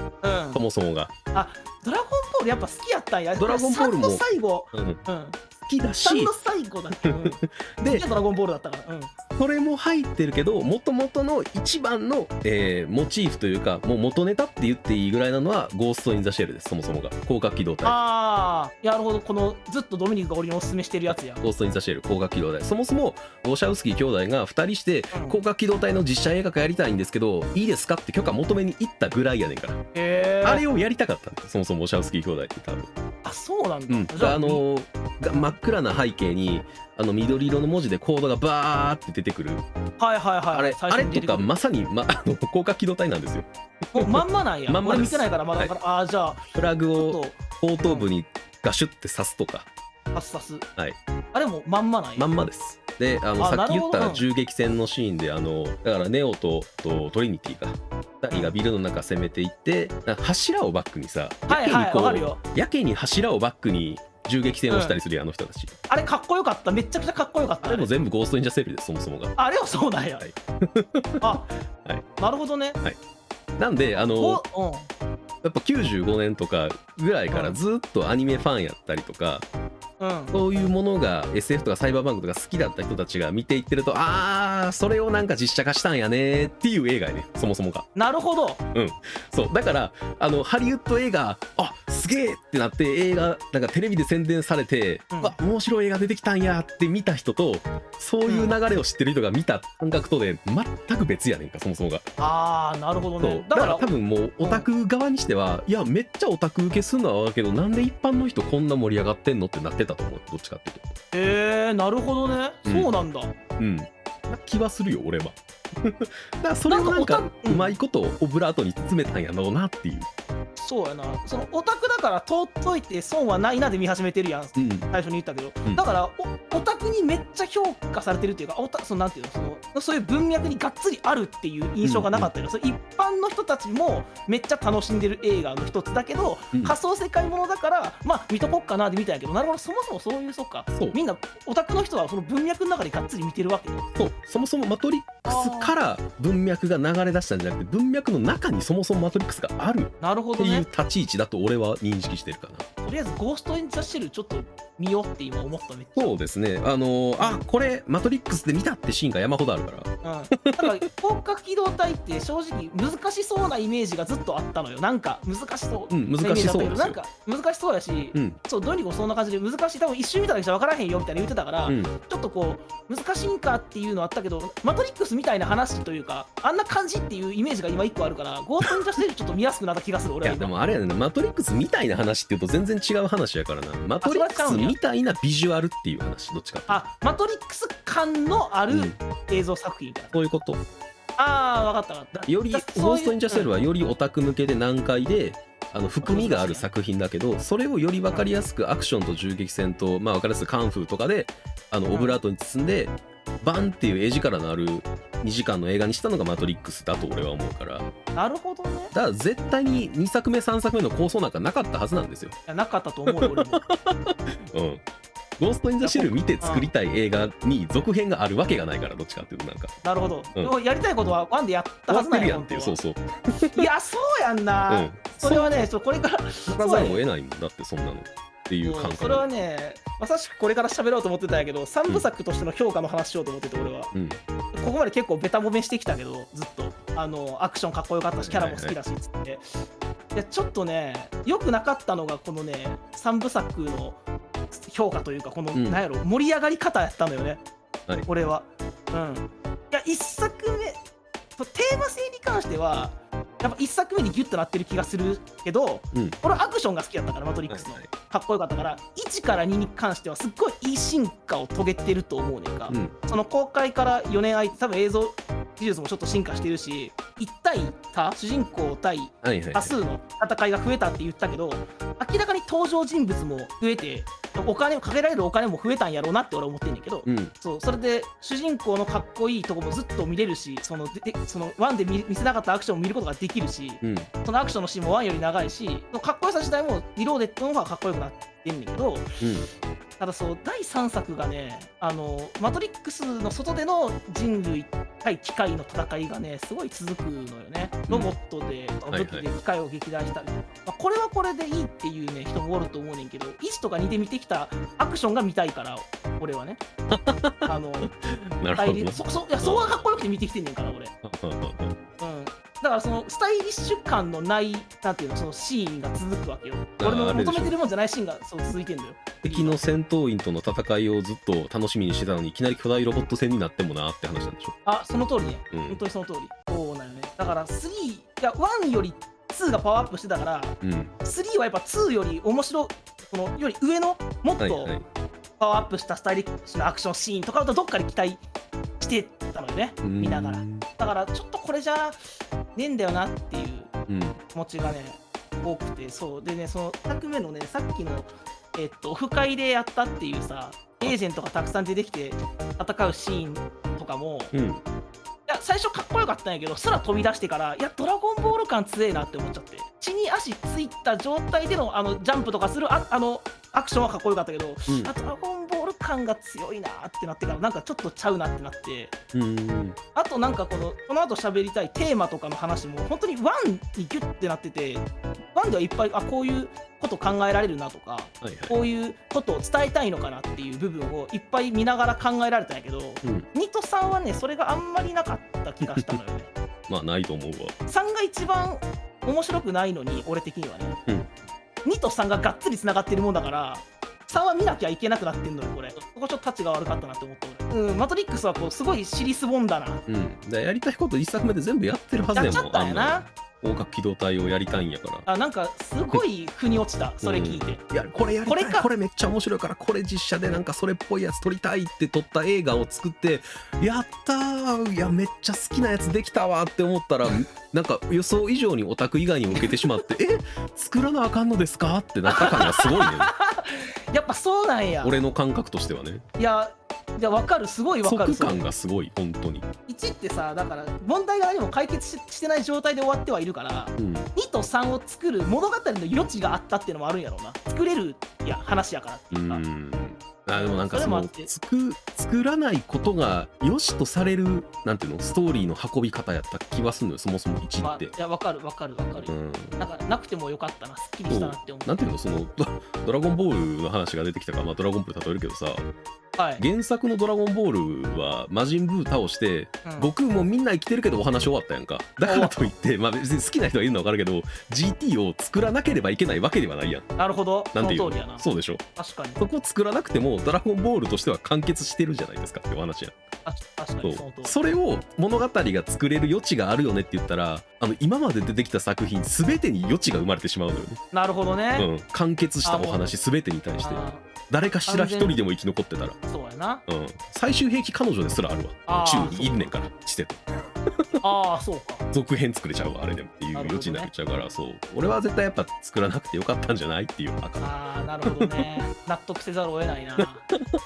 うん、そもそもが。あドラゴンボールやっぱ好きやったんや。 ドラゴンボールもさんの最後、うんうん、 好きだしさんの最後だっけ、うん、でドラゴンボールだったから、うん、 それも入ってるけどもともとの一番の、えー、モチーフというかもう元ネタって言っていいぐらいなのはゴースト・イン・ザ・シェルです。そもそもが広角機動隊。 ああなるほど。このずっとドミニクが俺におすすめしてるやつや。 ゴースト・イン・ザ・シェル広角機動隊。そもそもウォシャウスキー兄弟がふたりして広角機動隊の実写映画化やりたいんですけど、うん、いいですかって許可求めに行ったぐらいやねんから。 へー。 あれをやりたかったんです。そもそもウォシャウスキー兄弟って多分。 あそうなんだ、 うん、じゃあ、あのー、真っ暗な背景にあの緑色の文字でコードがバーって出てくる。 はいはいはい。 あれあれとかまさに、ま、あの広角機動隊なんですよ。 もうまんまなんや。 まんま俺見てないからまだ、はい、あじゃあフラグを後頭部にガシュって刺すとか。 刺す刺す。 はい。 あれもまんまなんや。 まんまです。であのさっき言った銃撃戦のシーンであのだからネオととトリニティかふたりがビルの中攻めていって柱をバックにさやけにこうやけに柱をバックに銃撃戦をしたりする、うん、あの人たち。 あれかっこよかった。めちゃくちゃかっこよかった。 あれも全部ゴースト・イン・ザ・シェルです。そもそもがあれはそうなんや、はい、あ、はい、なるほどね、 はい、なんであの、うん、やっぱきゅうじゅうごねんとかぐらいからずっとアニメファンやったりとか、うん、そういうものが エスエフ とかサイバーバンクとか好きだった人たちが見ていってると、あーそれをなんか実写化したんやねっていう映画やね、そもそもが。 なるほど。 うんそうだからあのハリウッド映画あすげえってなって映画なんかテレビで宣伝されて、うん、あ面白い映画出てきたんやって見た人とそういう流れを知ってる人が見た感覚とで全く別やねんか、そもそもが。 あーなるほどね。 だから多分もうオタク側にしては、うん、いやめっちゃオタク受けすんのは分かるけどなんで一般の人こんな盛り上がってんのってなってたと思う。どっちかっていうと。 へえー、なるほどね、うん、そうなんだ。 うんな気はするよ俺はだからそれをなんかうまいことオブラートに包めたんやろうなっていう。 そうやな、そのオタクだから通っといて損はないなで見始めてるやん、うん、最初に言ったけど、うん、だからオタクにめっちゃ評価されてるっていうか、オタそのなんていうの、そのそういう文脈にがっつりあるっていう印象がなかったよ、うんうん、それ一般の人たちもめっちゃ楽しんでる映画の一つだけど、うん、仮想世界ものだからまあ見とこっかなで見たんやけど、なるほど、そもそもそういうそっかそうみんなオタクの人はその文脈の中でがっつり見てるわけよ。 そうそもそもマトリックスから文脈が流れ出したんじゃなくて、文脈の中にそもそもマトリックスがあるっていう立ち位置だと俺は認識してるかな。 とりあえずゴースト・イン・ザ・シェルちょっと見ようって今思った。めっちゃそうですね、あのー、あこれマトリックスで見たってシーンが山ほどあるから、うん、だから広角機動隊って正直難しそうなイメージがずっとあったのよ。なんか難しそう、うん、難しそうですよ。なんか難しそうやし、うん、そうどうにもそんな感じで難しい、多分一瞬見ただけじゃ分からへんよみたいな言ってたから、うん、ちょっとこう難しいんかっていうのあったけど、マトリックスみたいな話というかあんな感じっていうイメージが今一個あるから、ゴースト・イン・ザ・シェルちょっと見やすくなった気がする俺は。 いやでもあれやね、マトリックスみたいな話っていうと全然違う話やからな。マトリックスみたいなビジュアルっていう話、どっちかって。 あマトリックス感のある映像作品みたいな、 うん、そういうこと。 ああ分かった分かった。 よりゴースト・イン・ザ・シェルはよりオタク向けで難解で、あの含みがある作品だけど、それをより分かりやすくアクションと銃撃戦と、まあ分かりやすくカンフーとかであのオブラートに包んで、バンっていう絵力のあるにじかんの映画にしたのがマトリックスだと俺は思うから。 なるほどね。 だから絶対ににさくめさんさくめの構想なんかなかったはずなんですよ。 いやなかったと思うよ俺もうんゴースト・イン・ザ・シェル見て作りたい映画に続編があるわけがないから、どっちかっていうとなんか。 なるほど、 うん、 やりたいことはワンでやったはずなんやんっていう。 そうそういやそうやんな、うん、それはねちょこれから書かざるを得ないもんだってそんなのっていう感覚。 それはねまさしくこれから喋ろうと思ってたんやけど、さんぶさくとしての評価の話しようと思ってて俺は、うん、ここまで結構ベタ褒めしてきたけどずっとあのアクションかっこよかったしキャラも好きだしっつって、はいはいはい、いやちょっとね良くなかったのがこのねさんぶさくの評価というかこの、うん、なんやろ盛り上がり方やったのよね、はい、俺は。うん、いやいっさくめテーマ性に関してはやっぱいっさくめにギュッとなってる気がするけど、うん、俺はアクションが好きだったからマトリックスの、はいはい、かっこよかったからいちからにに関してはすっごいいい進化を遂げてると思うねんか、うん、その公開からよねん空いて多分映像技術もちょっと進化してるしいち対多主人公対多数の戦いが増えたって言ったけど、明らかに登場人物も増えてお金をかけられるお金も増えたんやろうなって俺は思ってんねんけど、うん、そうそれで主人公のかっこいいとこもずっと見れるしそのでそのワンで 見, 見せなかったアクションを見ることができるし、うん、そのアクションのシーンもワンより長いしかっこよさ自体もリローデッドの方がかっこよくなってんねんけど、うん、ただそうだいさんさくがねあのマトリックスの外での人類対機械の戦いがねすごい続くのよね。ロボットで武器で機械を撃退したり、はいはい、まあ、これはこれでいいっていうね人もおると思うねんけどいちとかにで見てきたアクションが見たいから俺はねあのなるほど、ね、 そそいやそこがかっこよくて見てきてんねんから俺うんだからそのスタイリッシュ感のないなんていうのそのシーンが続くわけよ。俺の求めてるもんじゃないシーンがそう続いてんだよ。 敵の戦闘員との戦いをずっと楽しみにしてたのにいきなり巨大ロボット戦になってもなって話なんでしょ。 あその通りね、うん、本当にその通りそうなんよね。だからスリーいやワンよりツーがパワーアップしてたから、うん、スリーはやっぱツーより面白このより上のもっとパワーアップしたスタイリッシュなアクションシーンとかとどっかで期待してたのよね見ながら。だからちょっとこれじゃねえんだよなっていう気持ちがね、うん、多くてそうでねそのにさくめのねさっきのえっとオフ会でやったっていうさエージェントがたくさん出てきて戦うシーンとかも、うん、いや最初かっこよかったんやけど空飛び出してからいやドラゴンボール感強えなって思っちゃって地に足ついた状態でのあのジャンプとかする あ, あのアクションはかっこよかったけど、うん、あドラゴンボール感が強いなってなってからなんかちょっとちゃうなってなって、うん、あとなんかこのこの後喋りたいテーマとかの話も本当にワンにギュッてなっててワンではいっぱいあこういうこと考えられるなとか、はいはい、こういうことを伝えたいのかなっていう部分をいっぱい見ながら考えられたんやけど、うん、にとさんはねそれがあんまりなかった気がしたのよねまあないと思うわ。 さんが一番面白くないのに俺的にはね、うん、にとさんががっつりつながってるもんだからさんは見なきゃいけなくなってんのよこれ。そこちょっとタッチが悪かったなって思った俺、うん、マトリックスはこうすごい尻すぼんだな、 うん、だやりたいこといっさくめで全部やってるはずやもん。 やっちゃったんやな広角機動隊をやりたいんやから。 あなんかすごい腑に落ちたそれ聞いて、 うん、いやこれやりたい こ, れこれめっちゃ面白いからこれ実写でなんかそれっぽいやつ撮りたいって撮った映画を作ってやったーいやめっちゃ好きなやつできたわって思ったらなんか予想以上にオタク以外に受けてしまってえ作らなあかんのですかってなった感がすごいねやっぱそうなんや俺の感覚としてはね。 いやいや分かるすごい分かる。 即感がすごい本当に。 いちってさだから問題が何も解決 し, してない状態で終わってはいるから、うん、にとさんを作る物語の余地があったっていうのもあるんやろうな。作れるいや話やからっていうか。うんあでもなんかそのつく作らないことが良しとされるなんていうのストーリーの運び方やった気はするのよそもそもいちって、まあ、いや分かる分かる分かる、うん、なんかなくてもよかったなすっきりしたなって思う。 なんていうのそのドラゴンボールの話が出てきたから、まあ、ドラゴンボール例えるけどさ、はい、原作のドラゴンボールは魔人ブー倒して、うん、悟空もみんな生きてるけどお話終わったやんか。だからといって、まあ、別に好きな人はいるのは分かるけど ジーティー を作らなければいけないわけではないやん。 なるほどなんていうその通りやな。 そうでしょ。 確かにそこを作らなくてもドラゴンボールとしては完結してるじゃないですかってお話やん。 確かにその通り。 それを物語が作れる余地があるよねって言ったらあの今まで出てきた作品全てに余地が生まれてしまうのよね。 なるほどね、 うん、完結したお話全てに対して誰かしら一人でも生き残ってたらそうやな、 うん、最終兵器彼女ですらあるわ。宙にいんねんからしてとああそうか続編作れちゃうわあれでもっていう余地になっちゃうから、ね、そう俺は絶対やっぱ作らなくてよかったんじゃないっていう。 ああなるほどね納得せざるを得ないな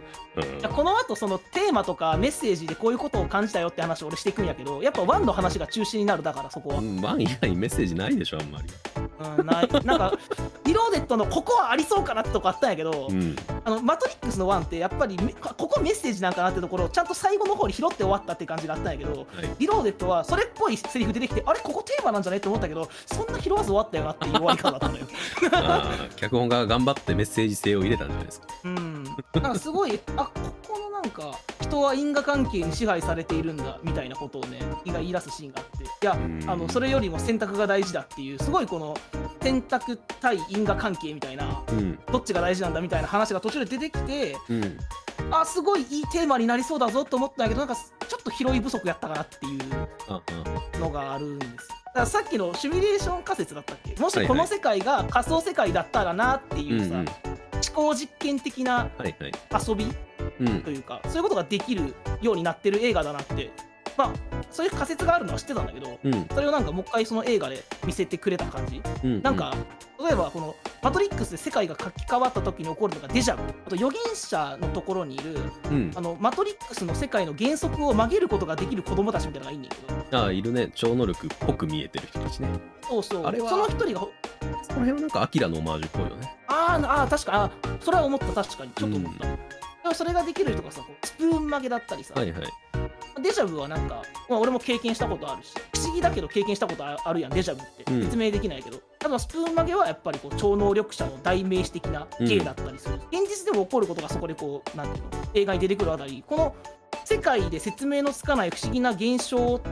うん、いやこの後そのテーマとかメッセージでこういうことを感じたよって話を俺していくんやけど、やっぱワンの話が中心になる。だからそこは、うん、 ワン以外にメッセージないでしょあんまり。 うん、ないなんかリローデッドのここはありそうかなってとこあったんやけど、うん、あのマトリックスのワンってやっぱりここメッセージなんかなってところをちゃんと最後の方に拾って終わったって感じがあったんやけど、はい、リローデッドはそれっぽいセリフ出てきて、あれここテーマなんじゃないって思ったけど、そんな拾わず終わったよなっていう終わり方だったのよあ脚本が頑張ってメッセージ性を入れたんじゃないですか。うんなんかすごいあここのなんか人は因果関係に支配されているんだみたいなことをね言い出すシーンがあって、いやあのそれよりも選択が大事だっていう、すごいこの選択対因果関係みたいな、うん、どっちが大事なんだみたいな話が途中で出てきて、うん、あすごいいいテーマになりそうだぞと思ったんだけど、なんかちょっと拾い不足やったかなっていうのがあるんです。だからさっきのシミュレーション仮説だったっけ、もしこの世界が仮想世界だったらなっていうさ、はいはい、思考実験的な遊び、はいはい、というか、うん、そういうことができるようになってる映画だなって、まあそういう仮説があるのは知ってたんだけど、うん、それをなんかもう一回その映画で見せてくれた感じ、うんうん、なんか例えばこのマトリックスで世界が書き換わった時に起こるのがデジャブ、あと預言者のところにいる、うん、あのマトリックスの世界の原則を曲げることができる子供たちみたいなのがいいんだけど、 ああいるね、超能力っぽく見えてる人たちね。 そうそう、あれはその一人がその辺はなんかアキラのオマージュっぽいよね。 ああ確かあそれは思った、確かにちょっと思った、うん、でもそれができる人がさ、こうスプーン曲げだったりさ、はいはい、デジャブはなんか、まあ、俺も経験したことあるし、不思議だけど経験したことあるやんデジャブって、うん、説明できないけど、ただスプーン曲げはやっぱりこう超能力者の代名詞的な芸だったりする、うん、現実でも起こることがそこでこうなんていうの映画に出てくるあたり、この世界で説明のつかない不思議な現象って、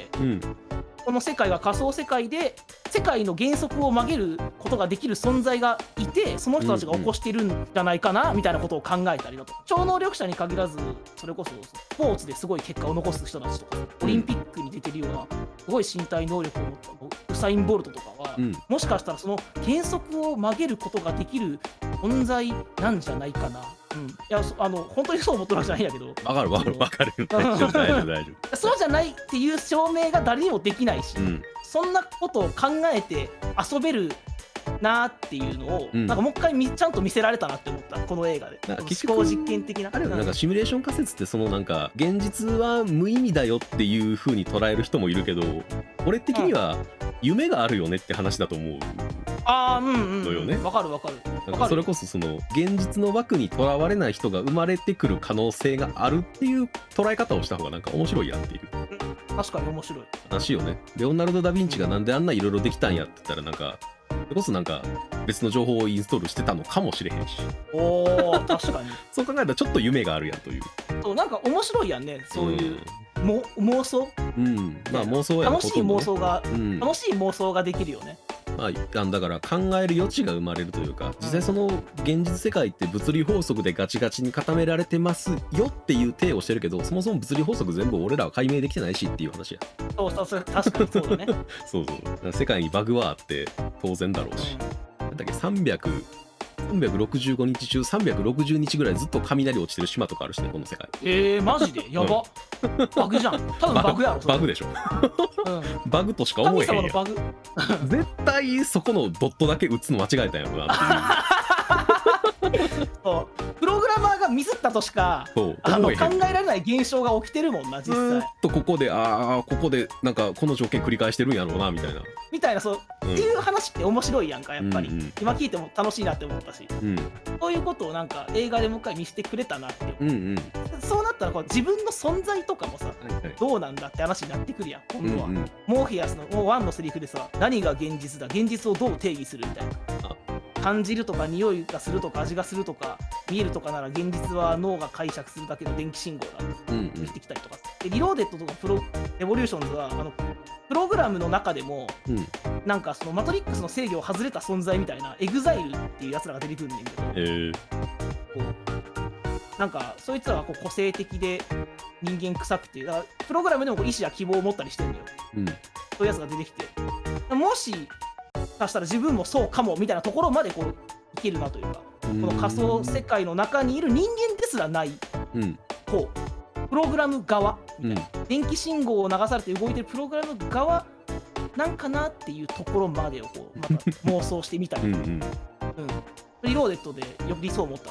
うん、この世界が仮想世界で世界の原則を曲げることができる存在がいて、その人たちが起こしてるんじゃないかな、うんうん、みたいなことを考えたりだとか、超能力者に限らずそれこそスポーツですごい結果を残す人たちとか、オリンピックに出てるようなすごい身体能力を持ったウサイン・ボルトとかは、うん、もしかしたらその原則を曲げることができる存在なんじゃないかな。うん、いやあの本当にそう思ってるわけじゃないんだけど、 わかるわかるわかる大丈夫大丈夫大丈夫そうじゃないっていう証明が誰にもできないし、うん、そんなことを考えて遊べるなっていうのを、うん、なんかもう一回みちゃんと見せられたなって思ったこの映画で。思考実験的なあれはなんかシミュレーション仮説ってそのなんか現実は無意味だよっていう風に捉える人もいるけど、俺的には夢があるよねって話だと思う。 ああうんうんのよね。わかるわかる。 なんかそれこそその現実の枠にとらわれない人が生まれてくる可能性があるっていう捉え方をした方がなんか面白いやんっていう。 確かに面白い話よね。レオナルド・ダ・ヴィンチがなんであんないろいろできたんやって言ったらなんかそれこそなんか別の情報をインストールしてたのかもしれへんし。 おー確かにそう考えたらちょっと夢があるやんという。 そうなんか面白いやんねそういう、うん、も妄想、 うんまあ妄想や楽しい妄想が、うん、楽しい妄想ができるよね。 まあ、だから考える余地が生まれるというか、実際その現実世界って物理法則でガチガチに固められてますよっていう体をしてるけど、そもそも物理法則全部俺らは解明できてないしっていう話や。 そうそうそう確かにそうだねそうそう世界にバグはあって当然だろうし、うん、なんだっけさんびゃく、さんびゃくろくじゅうごにち中さんびゃくろくじゅうにちぐらいずっと雷落ちてる島とかあるしねこの世界。 えーマジでやば、うん、バグじゃん。多分バグやろ。 バグでしょ、うん、バグとしか思えへんやん。バグ絶対そこのドットだけ打つの間違えたんやろなっていうそうプログラマーがミスったとしかあの考えられない現象が起きてるもんな実際。ずっとここでああここでなんかこの条件繰り返してるんやろうなみたいなみたいなそう、うん、っていう話って面白いやんかやっぱり、うんうん、今聞いても楽しいなって思ったし、うん、そういうことをなんか映画でもう一回見せてくれたなって、うんうん、そうなったらこう自分の存在とかもさ、はいはい、どうなんだって話になってくるやん今度は、うんうん、モーフィアスのもうワンのセリフでさ何が現実だ現実をどう定義するみたいな。感じるとか匂いがするとか味がするとか見えるとかなら現実は脳が解釈するだけの電気信号だって言ってきたりとか、うんうん、でリローデッドとかプロエボリューションズはあのプログラムの中でも、うん、なんかそのマトリックスの制御を外れた存在みたいなエグザイルっていうやつらが出てくるんだけど、へー、こうなんかそいつらはこう個性的で人間臭くてだからプログラムでもこう意志や希望を持ったりしてるんだよ、うん、そういうやつが出てきてもしかしたら自分もそうかもみたいなところまでこういけるなというか、この仮想世界の中にいる人間ですらない、うん、こうプログラム側みたいな、うん、電気信号を流されて動いてるプログラム側なんかなっていうところまでをこうまた妄想してみたり、うん、うん、リローデッドでよりそう思ったかな。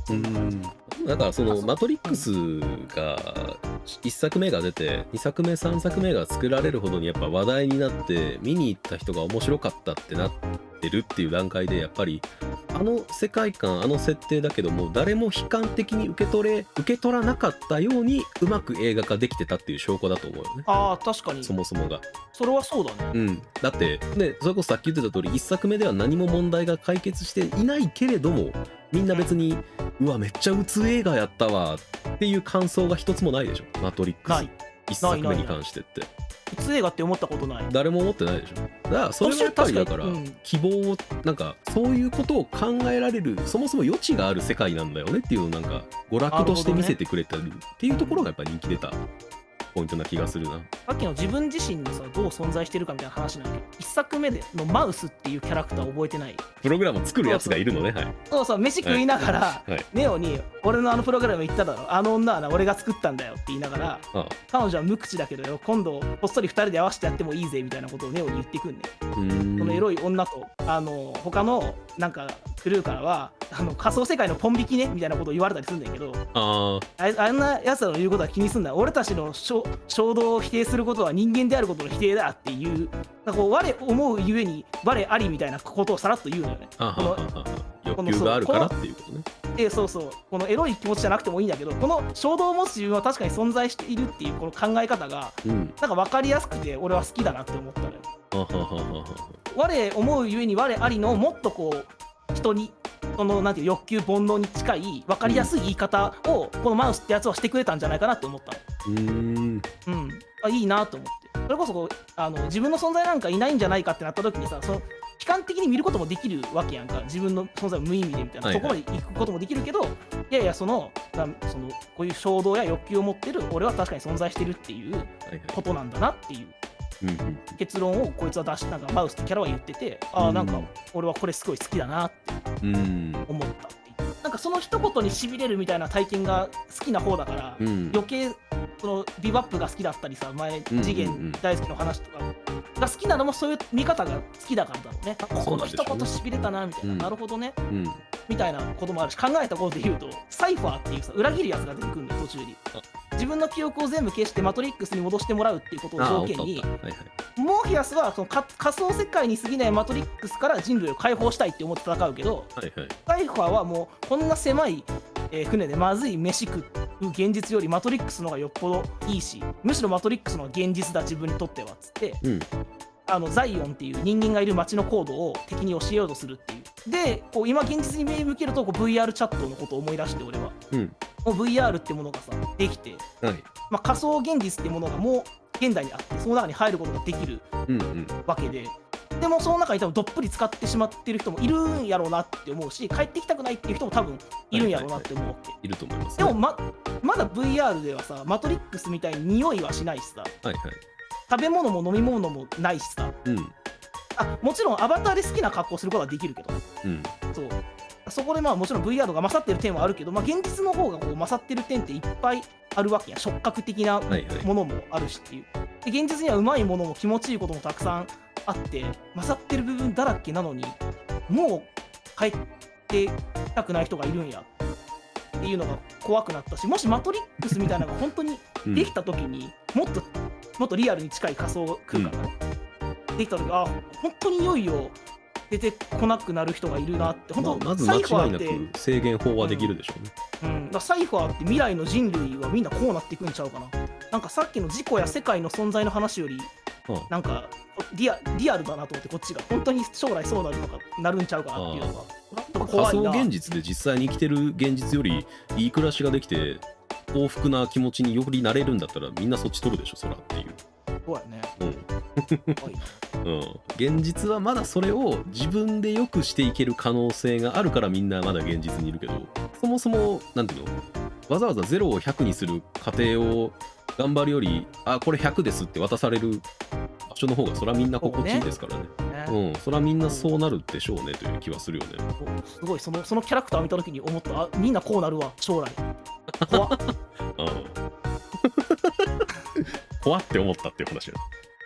うん、 だからそのマトリックスがいっさくめが出てにさくめさんさくめが作られるほどにやっぱ話題になって見に行った人が面白かったってなってるっていう段階でやっぱりあの世界観あの設定だけども誰も悲観的に受け取れ受け取らなかったようにうまく映画化できてたっていう証拠だと思うよね。 あー確かにそもそもがそれはそうだね。 うんだってねそれこそさっき言ってた通りいっさくめでは何も問題が解決していないけれどもみんな別にうわめっちゃうつ映画やったわっていう感想が一つもないでしょマトリックスいっさくめに関してってうつ映画って思ったことない。 誰も思ってないでしょ。だからそれはやっぱりだから希望をなんかそういうことを考えられるそもそも余地がある世界なんだよねっていうのをなんか娯楽として見せてくれたりっていうところがやっぱ人気出たポイントな気がするな。 さっきの自分自身にさどう存在してるかみたいな話なんだけどいっさくめでのマウスっていうキャラクター覚えてない？ プログラムを作るやつがいるのね。はい。 そうそう飯食いながら、 はいはい、 ネオに俺のあのプログラム言っただろあの女はな俺が作ったんだよって言いながら、ああ彼女は無口だけどよ今度こっそりふたりで合わせてやってもいいぜみたいなことをネオに言ってくんね。このエロい女とあの他のなんかクルーからはあの仮想世界のポン引きねみたいなことを言われたりするんだけど、あああんなやつらの言うことは気にすんな俺たちの衝動を否定することは人間であることの否定だっていうなんかこう我思うゆえに我ありみたいなことをさらっと言うのよね。 はははは欲求があるからっていうことね。 えそうそうこのエロい気持ちじゃなくてもいいんだけどこの衝動を持つ自分は確かに存在しているっていうこの考え方が、うん、なんか分かりやすくて俺は好きだなって思ったのよ。我思うゆえに我ありのもっとこう人にそのなんていう欲求煩悩に近い分かりやすい言い方を、うん、このマウスってやつはしてくれたんじゃないかなって思ったの。うーん、うん、あいいなと思ってそれこそこうあの自分の存在なんかいないんじゃないかってなった時にさその悲観的に見ることもできるわけやんか自分の存在を無意味でみたいな、はいはい、そこまで行くこともできるけどいやいやそのそのこういう衝動や欲求を持ってる俺は確かに存在してるっていうことなんだなっていう、はいはい、結論をこいつは出しなんかマウスってキャラは言っててああなんか俺はこれすごい好きだなって思ったっていうなんかその一言にしびれるみたいな体験が好きな方だから、うん、余計そのビバップが好きだったりさ前次元大好きの話とかが好きなのもそういう見方が好きだからだろうね。この一言しびれたなみたいな、うん、なるほどね、うん、みたいなこともあるし考えたことで言うとサイファーっていうさ裏切るやつが出てくるんだよ途中に。自分の記憶を全部消してマトリックスに戻してもらうっていうことを条件に、はいはい、モーフィアスはその仮想世界に過ぎないマトリックスから人類を解放したいって思って戦うけど、はいはい、サイファーはもうこんな狭い、えー、船でまずい飯食う現実よりマトリックスの方がよっぽどいいしむしろマトリックスの方が現実だ自分にとってはっつって、うん、あのザイオンっていう人間がいる街のコードを敵に教えようとするっていうでこう今現実に目向けるとこう ブイアール チャットのことを思い出して俺は、うん、もう ブイアール ってものがさできて、はいまあ、仮想現実ってものがもう現代にあってその中に入ることができるわけで、うんうん、でもその中に多分どっぷり使ってしまってる人もいるんやろうなって思うし帰ってきたくないっていう人も多分いるんやろうなって思うわけ、はいはいはい、 いると思います、ね、 でも ま, まだ ブイアール ではさマトリックスみたいに匂いはしないしさ、はいはい、食べ物も飲み物もないしさ、うん、あもちろんアバターで好きな格好することはできるけど、うん、そうそこでまあもちろん ブイアール が勝ってる点はあるけど、まあ、現実の方がこう勝ってる点っていっぱいあるわけや触覚的なものもあるしっていう、はいはい、で現実にはうまいものも気持ちいいこともたくさんあって勝ってる部分だらけなのにもう帰ってきたくない人がいるんやっていうのが怖くなったしもしマトリックスみたいなのが本当にできた時に、うん、もっともっとリアルに近い仮想空間がね、うん、できた時あ本当にいよいよ出てこなくなる人がいるなって本当、 まあ、まず間違いなく制限法はできるでしょうね、 うんうん、だサイファーって未来の人類はみんなこうなっていくんちゃうかな。なんかさっきの自己や世界の存在の話より、はあ、なんかリ ア, リアルだなと思ってこっちが本当に将来そうなるのかなるんちゃうかなっていうのが仮想現実で実際に生きてる現実よりいい暮らしができて幸福な気持ちによりなれるんだったらみんなそっち取るでしょそらっていう。 そうやね、 うんうん、現実はまだそれを自分で良くしていける可能性があるからみんなまだ現実にいるけどそもそもなんていうのわざわざゼロをひゃくにする過程を頑張るよりあこれひゃくですって渡される場所の方がそらみんな心地いいですからね。う、ね、うん、そらみんなそうなるでしょうねという気はするよね。 すごいそのそのキャラクターを見た時に思ったあみんなこうなるわ将来怖っ怖って思ったっていう話や。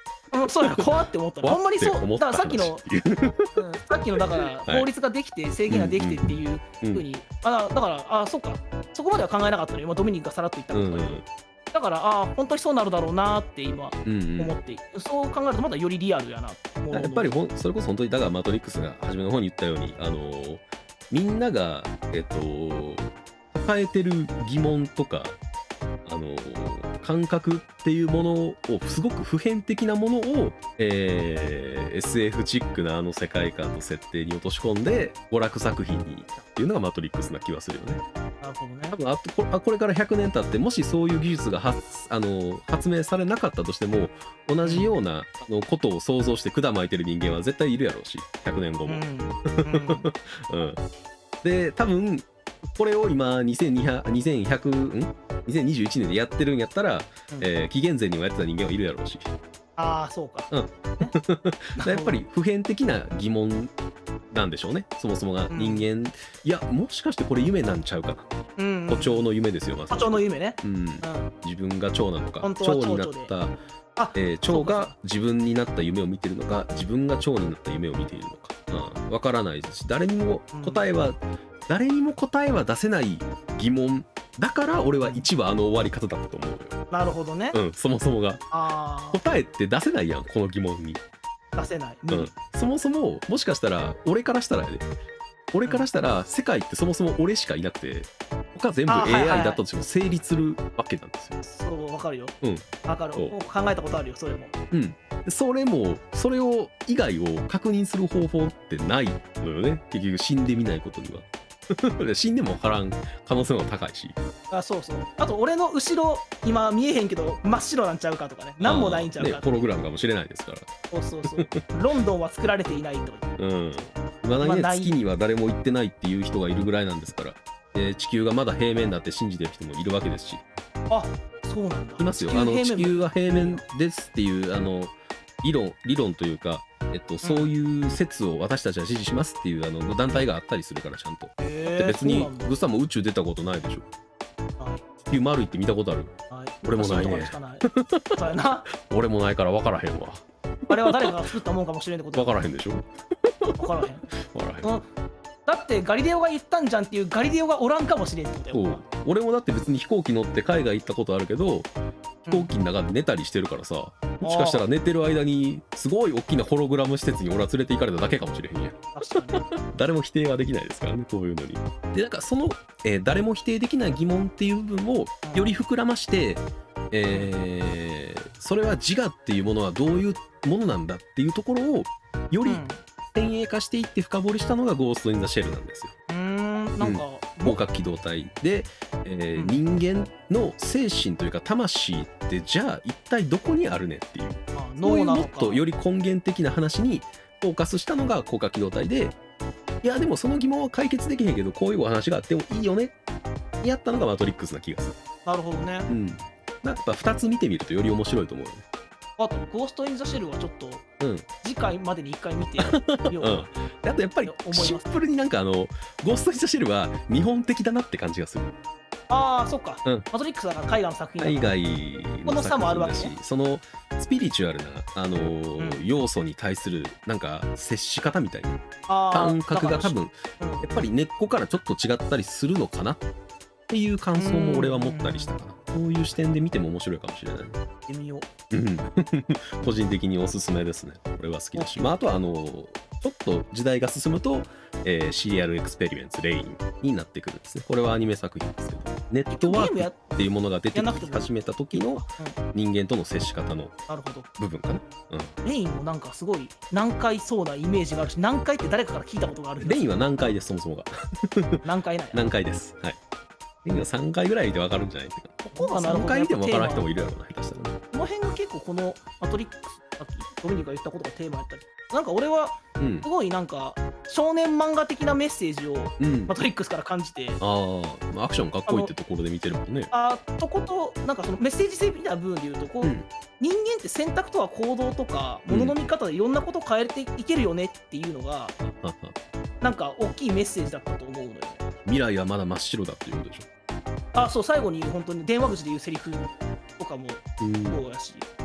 そうや怖って思ったの。ほんまにそう。だからさっきの、うん、さっきのだから法律ができて制限ができてっていうふうに、あだからあそうかそこまでは考えなかったのよ。今ドミニクがさらっと言ったことだけど、だからあ本当にそうなるだろうなって今思って、うんうん、そう考えるとまだよりリアルやなと思う。 やっぱりほんそれこそ本当にだからマトリックスが初めの方に言ったように、あのー、みんながえっと抱えてる疑問とかあのー、感覚っていうものをすごく普遍的なものを、えー、エスエフ チックなあの世界観と設定に落とし込んで娯楽作品にっていうのがマトリックスな気はするよね。 なるほどね。 多分あと こ, これからひゃくねん経ってもしそういう技術が 発, あの発明されなかったとしても同じようなあのことを想像して管巻いてる人間は絶対いるやろうしひゃくねんごも、うんうんうん、で多分これを今にせんにひゃく、にせんひゃく、んにせんにじゅういちねんでやってるんやったら、うんえー、紀元前にもやってた人間はいるやろうし。 ああそうか、 うん、やっぱり普遍的な疑問なんでしょうねそもそもが人間、うん、いやもしかしてこれ夢なんちゃうかな、うんうん、誇張の夢ですよまさに誇張の夢ね、 うんうん、自分が蝶なのか蝶になったえー、蝶が自分になった夢を見てるのか自分が蝶になった夢を見ているのかわ、うん、からないですし誰にも答えは、うん、誰にも答えは出せない疑問だから俺はいちはあの終わり方だったと思うよ。 なるほどね、 うん、そもそもがあ答えって出せないやんこの疑問に出せない、 うん、そもそももしかしたら俺からしたらやで俺からしたら世界ってそもそも俺しかいなくて他全部 エーアイ だったとしても成立するわけなんですよ。 そうわかるよ。 うんわかる。考えたことあるよそれも。 うんそれもそれを以外を確認する方法ってないのよね結局死んでみないことには死んでも分からん可能性も高いし。 あそうそうあと俺の後ろ今見えへんけど真っ白なんちゃうかとかね何もないんちゃうか、ね、 ホログラムかもしれないですから。 そうそうそうロンドンは作られていないとかうんまだね、まあ、月には誰も行ってないっていう人がいるぐらいなんですから、えー、地球がまだ平面だって信じてる人もいるわけですし。 あそうなんだいますよ。あの地球は平面ですっていうあの理論理論というか、えっと、そういう説を私たちは支持しますっていうあの団体があったりするからちゃんと。で別にグッさんも宇宙出たことないでしょ。はい、地球丸いって見たことある？はい、俺もないね。そうやな俺もないから分からへんわ。 あれは誰かが作ったもんかもしれんってこと分からへんでしょ。 分からへん分からへん、うんだってガリレオが言ったんじゃんっていうガリレオがおらんかもしれんってことだよ。 俺もだって別に飛行機乗って海外行ったことあるけど飛行機の中で寝たりしてるからさ、うん、もしかしたら寝てる間にすごい大きなホログラム施設に俺は連れて行かれただけかもしれへんやん。確かに誰も否定はできないですからねこういうのに。でなんかその、えー、誰も否定できない疑問っていう部分をより膨らまして、うんえー、それは自我っていうものはどういうものなんだっていうところをより、うん先鋭化していって深掘りしたのがゴースト・イン・ザ・シェルなんですよ。 うーんなんか、うん、 広角機動隊で、えーうん、人間の精神というか魂ってじゃあ一体どこにあるねっていうそういうもっとより根源的な話にフォーカスしたのが広角機動隊でいやでもその疑問は解決できへんけどこういうお話があってもいいよねやったのがマトリックスな気がする。 なるほどね。 うんやっぱふたつ見てみるとより面白いと思うよね。 あとゴースト・イン・ザ・シェルはちょっと次回までにいっかい見てよう、 うん、あとやっぱりシンプルになんかあのゴースト・イン・ザ・シェルは日本的だなって感じがする。 ああそっか、 うん、 マトリックスだから海外の作品だ海外の作品だしそのスピリチュアルな、あのーうん、要素に対するなんか接し方みたいな感覚が多分、うん、やっぱり根っこからちょっと違ったりするのかなっていう感想も俺は持ったりしたかな。そういう視点で見ても面白いかもしれない。 見よう。うん、個人的におすすめですね。俺は好きだし、まあ、あとはあのちょっと時代が進むと、えー、シリアルエクスペリメンツレインになってくるんですね。これはアニメ作品ですけど、ネットワークっていうものが出てき始めた時の人間との接し方の部分かな。 うん、レインもなんかすごい難解そうなイメージがあるし、難解って誰かから聞いたことがある。 レインは難解です、そもそもが。 難解なんや。 難解です。はい。さんかいぐらいで分かるんじゃないですか。 ここがなるほど。 さんかいでも分からん人もいるやろな、下手したらね。 この辺が結構このマトリックス、さっきドミニクが言ったことがテーマやったり、なんか俺はすごいなんか少年漫画的なメッセージをマトリックスから感じて、うん、 ああ、アクションかっこいいってところで見てるもんね。 あとことなんかそのメッセージ性みたいな部分で言うとこう、うん、人間って選択とは行動とか物の見方でいろんなことを変えていけるよねっていうのが、うん、なんか大きいメッセージだったと思うのよ。 未来はまだ真っ白だっていうことでしょ。 あ、そう最後に本当に電話口で言うセリフとかもそうやし、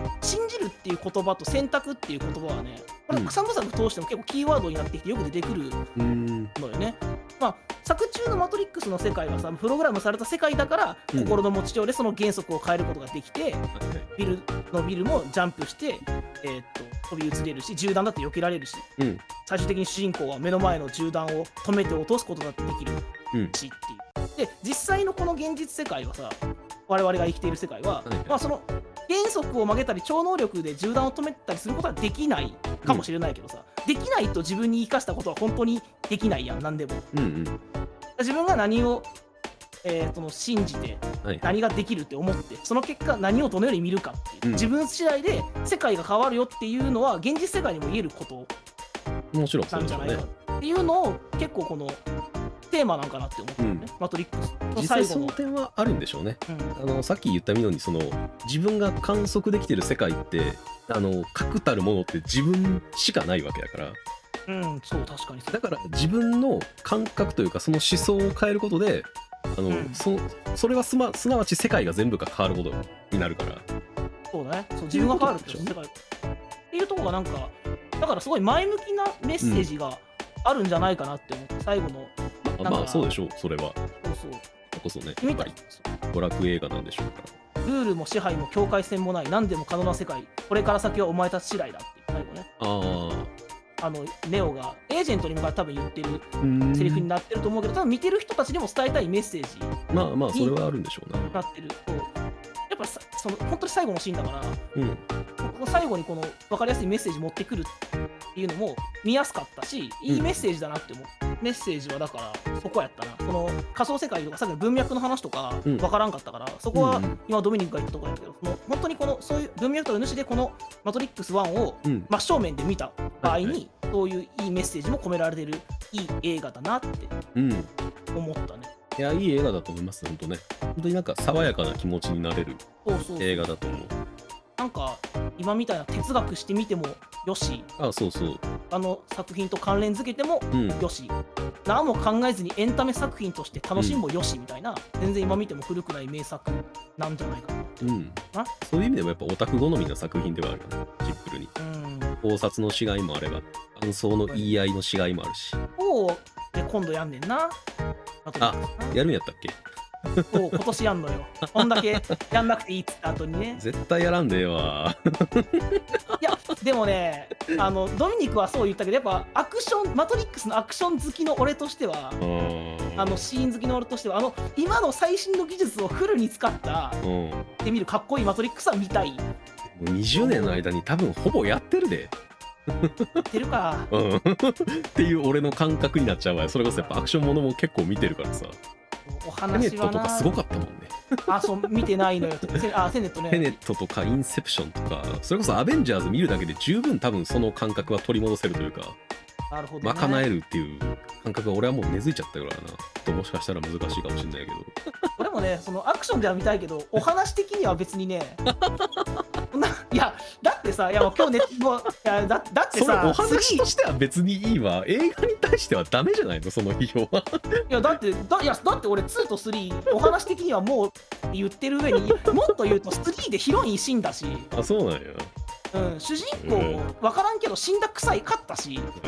信じるっていう言葉と選択っていう言葉はね、これさんぶさく通しても結構キーワードになってきてよく出てくるのよね。まあ作中のマトリックスの世界はさ、プログラムされた世界だから、うん、心の持ちようでその原則を変えることができて、ビルのビルもジャンプして、えー、っと飛び移れるし、銃弾だって避けられるし、うん、最終的に主人公は目の前の銃弾を止めて落とすことだってできるしっていう。で実際のこの現実世界はさ、我々が生きている世界は、はい、まあその原則を曲げたり超能力で銃弾を止めたりすることはできないかもしれないけどさ、うん、できないと自分に生かしたことは本当にできないやん、何でも、うんうん、自分が何を、えー、その信じて何ができるって思って、はい、その結果何をどのように見るかっていう、うん、自分次第で世界が変わるよっていうのは現実世界にも言えることなんじゃないかっていうのを結構このテーマなんかなって思ってるね、うん、マトリックスの最後の。実際その点はあるんでしょうね、うん、あのさっき言ったようにその自分が観測できてる世界ってあの確たるものって自分しかないわけだから、うん、そう確かにそう。だから自分の感覚というかその思想を変えることであの、うん、そ, それはす, ますなわち世界が全部が変わることになるから。そうだね、そう自分が変わるって世界っていうところがなんかだからすごい前向きなメッセージがあるんじゃないかなって思って、うん、最後のまあそうでしょう、それは。そうそう。こそね、やっぱり娯楽映画なんでしょうから。ルールも支配も境界線もない何でも可能な世界、これから先はお前たち次第だっていう最後ね。ああ。あのネオがエージェントに向かって多分言ってるセリフになってると思うけど、多分見てる人たちにも伝えたいメッセージ。まあまあそれはあるんでしょうね。なってると、やっぱその本当に最後のシーンだから、うん、この最後にこの分かりやすいメッセージ持ってくるっていうのも見やすかったし、いいメッセージだなって思う。うん、メッセージはだからそこやったな。その仮想世界とかさっきの文脈の話とか分からんかったから、うん、そこは今ドミニクが言ったところだけど、その本当にこのそういう文脈とか主でこのマトリックスワンを真正面で見た場合に、うんはいはい、そういういいメッセージも込められてるいい映画だなって思ったね。うん、いやいい映画だと思います本当ね。本当になんか爽やかな気持ちになれる映画だと思う。そうそうそう、なんか今みたいな哲学してみてもよし、あそうそう、あの作品と関連づけてもよし、うん、何も考えずにエンタメ作品として楽しむもよしみたいな、うん、全然今見ても古くない名作なんじゃないかなって、うん、そういう意味でもやっぱオタク好みな作品ではあるよね、シンプルに。うん、考察のしがいもあれば感想の言い合いのしがいもあるし。おお、で今度やんねんな。あ、やるんやったっけ？お今年やんのよ。こんだけやんなくていいっつった後にね。絶対やらんでええわ。いやでもね、あのドミニクはそう言ったけど、やっぱアクションマトリックスのアクション好きの俺としては、あのシーン好きの俺としては、あの今の最新の技術をフルに使ったで見るかっこいいマトリックスは見たい。もうにじゅうねんの間に多分ほぼやってるで。やってるか。うん。っていう俺の感覚になっちゃうわよ。それこそやっぱアクションものも結構見てるからさ。お話はな。テネットとかすごかったもんね。あ、そう見てないのよ。あ、テネットね。テネットとかインセプションとか、それこそアベンジャーズ見るだけで十分多分その感覚は取り戻せるというか、なるほどね、賄えるっていう感覚が俺はもう根付いちゃったからな。ともしかしたら難しいかもしれないけど。俺もね、そのアクションでは見たいけど、お話的には別にね。ないやだってさ、いやもう今日ね、もういや だ, だってさ、それお話としては別にいいわ。映画に対してはダメじゃないの、その批評は。いやだってだいやだって俺ツーとスリーお話的にはもう言ってる上にもっと言うとスリーでヒロイン死んだし。あ、そうなんや。うん、主人公分からんけど死んだ臭いかったし、うん、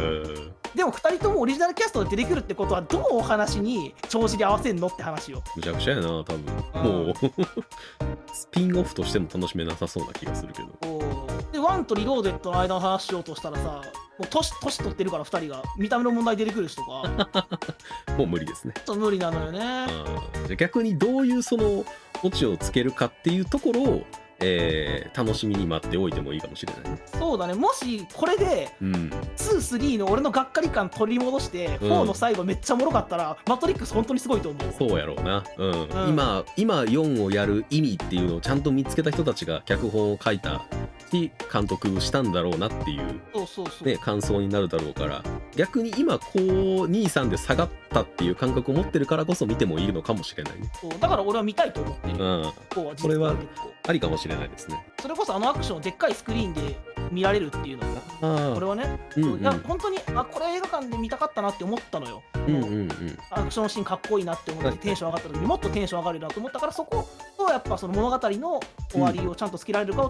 でもふたりともオリジナルキャストで出てくるってことはどうお話に帳尻合わせんのって話よ。むちゃくちゃやな多分、うん、もうスピンオフとしても楽しめなさそうな気がするけど。でワンとリローデッドの間の話しようとしたらさ、もう年年取ってるからふたりが見た目の問題出てくるしとかもう無理ですね。ちょっと無理なのよね。あじゃあ逆にどういうそのオチをつけるかっていうところをえー、楽しみに待っておいてもいいかもしれないね。そうだね、もしこれで、うん、ツー、スリーの俺のがっかり感取り戻して、うん、フォーの最後めっちゃおもろかったらマトリックス本当にすごいと思う。そうやろうな、うんうん、今, 今よんをやる意味っていうのをちゃんと見つけた人たちが脚本を書いたし監督したんだろうなっていう、そうそうそう、ね、感想になるだろうから、逆に今こうに、さんで下がったっていう感覚を持ってるからこそ見てもいいのかもしれないね。そうだから俺は見たいと思ってる、うん、こうこれはありかもしれないですね。それこそあのアクションをでっかいスクリーンで見られるっていうのが、これはね、うんうん、いや本当にあこれ映画館で見たかったなって思ったのよ、うんうんうん、アクションシーンかっこいいなって思ってテンション上がった時にもっとテンション上がるなと思ったから、そことやっぱその物語の終わりをちゃんとつけられるかを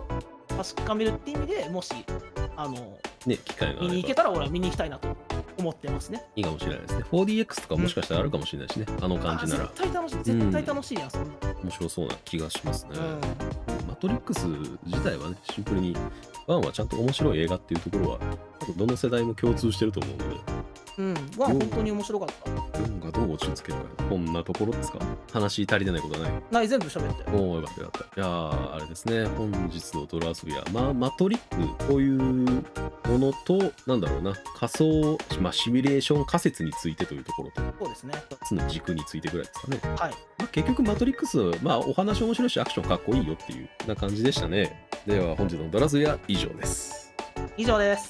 確かめるって意味でもしあの、 ね、機会があれば見に行けたら俺は見に行きたいなと思ってますね。 いいかもしれないですね。 フォーディーエックス とかもしかしたらあるかもしれないしね、うん、あの感じなら絶対楽しい絶対楽しいやん、そんな面白そうな気がしますね、 うん、 マトリックス自体はねシンプルにワンはちゃんと面白い映画っていうところはどの世代も共通してると思うので、 うん、ワン本当に面白かった。 よんがどう落ち着けるか、こんなところですか。話足りてないことはないない全部喋って。 おお、よかったよかった。いやーあれですね、本日のドラ遊びは、まあ、マトリックこういうものと、なんだろうな、仮想、まあ、シミュレーション仮説についてというところと、 そうですね、 ふたつの軸についてぐらいですかね。 はい。 まあ、結局マトリックス、まあ、お話面白いしアクションかっこいいよっていうな感じでしたね。では本日のドラ遊びは以上です。 以上です。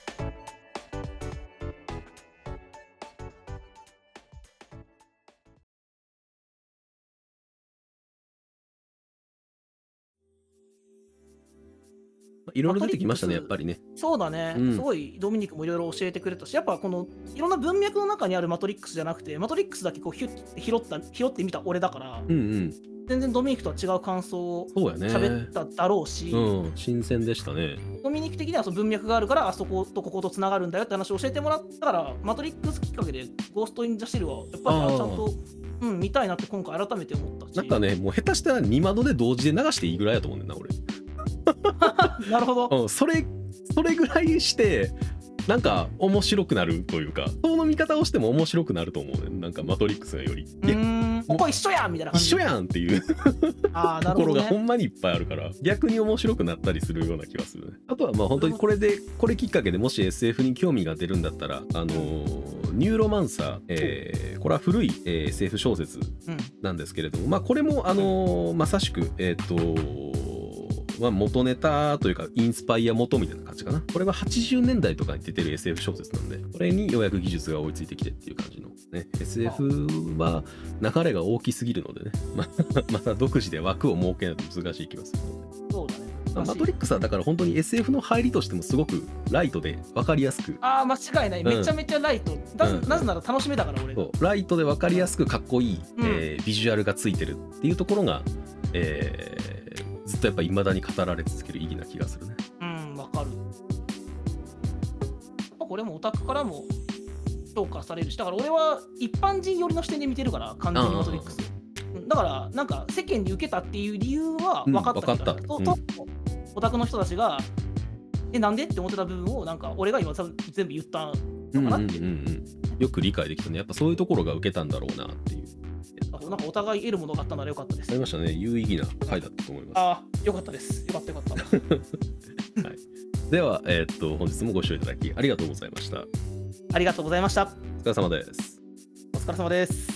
いろいろ出てきましたね、やっぱりね。 そうだね、うん、すごいドミニクもいろいろ教えてくれたし、やっぱこのいろんな文脈の中にあるマトリックスじゃなくて、マトリックスだけこうヒュッて拾った拾ってみた俺だから、 うんうん、 全然ドミニクとは違う感想を喋っただろうし、 う、ね、うん、新鮮でしたね。 ドミニク的にはその文脈があるから、あそことこことつながるんだよって話を教えてもらったから、マトリックスきっかけでゴースト・イン・ザ・シルはやっぱりちゃんと、うん、見たいなって今回改めて思ったし、 なんかね、もう下手したらに窓で同時で流していいぐらいだと思うねんな俺。 なるほど、 うん、それそれぐらいしてなんか面白くなるというか、その見方をしても面白くなると思うね。なんかマトリックスより、 うーん、ここ一緒やんみたいな感じ、 一緒やんっていうあー、なところるほどね、 がほんまにいっぱいあるから、逆に面白くなったりするような気がするね。あとはまあ本当にこれでこれきっかけでもし エスエフ に興味が出るんだったら、あのー、ニューロマンサー、えー、これは古い、えー、エスエフ 小説なんですけれども、まあこれもあのー、まさしくえっ、ー、とまあ、元ネタというかインスパイア元みたいな感じかな。これははちじゅうねんだいとかに出てる エスエフ 小説なんで、これにようやく技術が追いついてきてっていう感じのね。 エスエフ は流れが大きすぎるのでね、ままた独自で枠を設けないと難しい気がするので。 そうだね、 マトリックスはだから本当に エスエフ の入りとしてもすごくライトで分かりやすく、 ああ間違いない、めちゃめちゃライト、なぜ、うん、なぜなら楽しめだから俺が、 そうライトで分かりやすくかっこいい、うん、えー、ビジュアルがついてるっていうところが、えーずっとやっぱり未だに語られ続ける意義な気がするね。 うん、わかる。これもオタクからも評価されるし、だから俺は一般人寄りの視点で見てるから、完全にマトリックス。だからなんか世間に受けたっていう理由は分かったから、うん、と、うん、オタクの人たちがえなんでって思ってた部分をなんか俺が今多分全部言ったのかなって、うんうんうんうん、 よく理解できたね。やっぱそういうところが受けたんだろうなっていう。 なんかお互い得るものがあったならよかったです。 ありましたね。有意義な回だったと思います。 ああ、よかったです。よかったよかった。 はい、では、えー、っと本日もご視聴いただきありがとうございました。 ありがとうございました。 お疲れ様です。 お疲れ様です。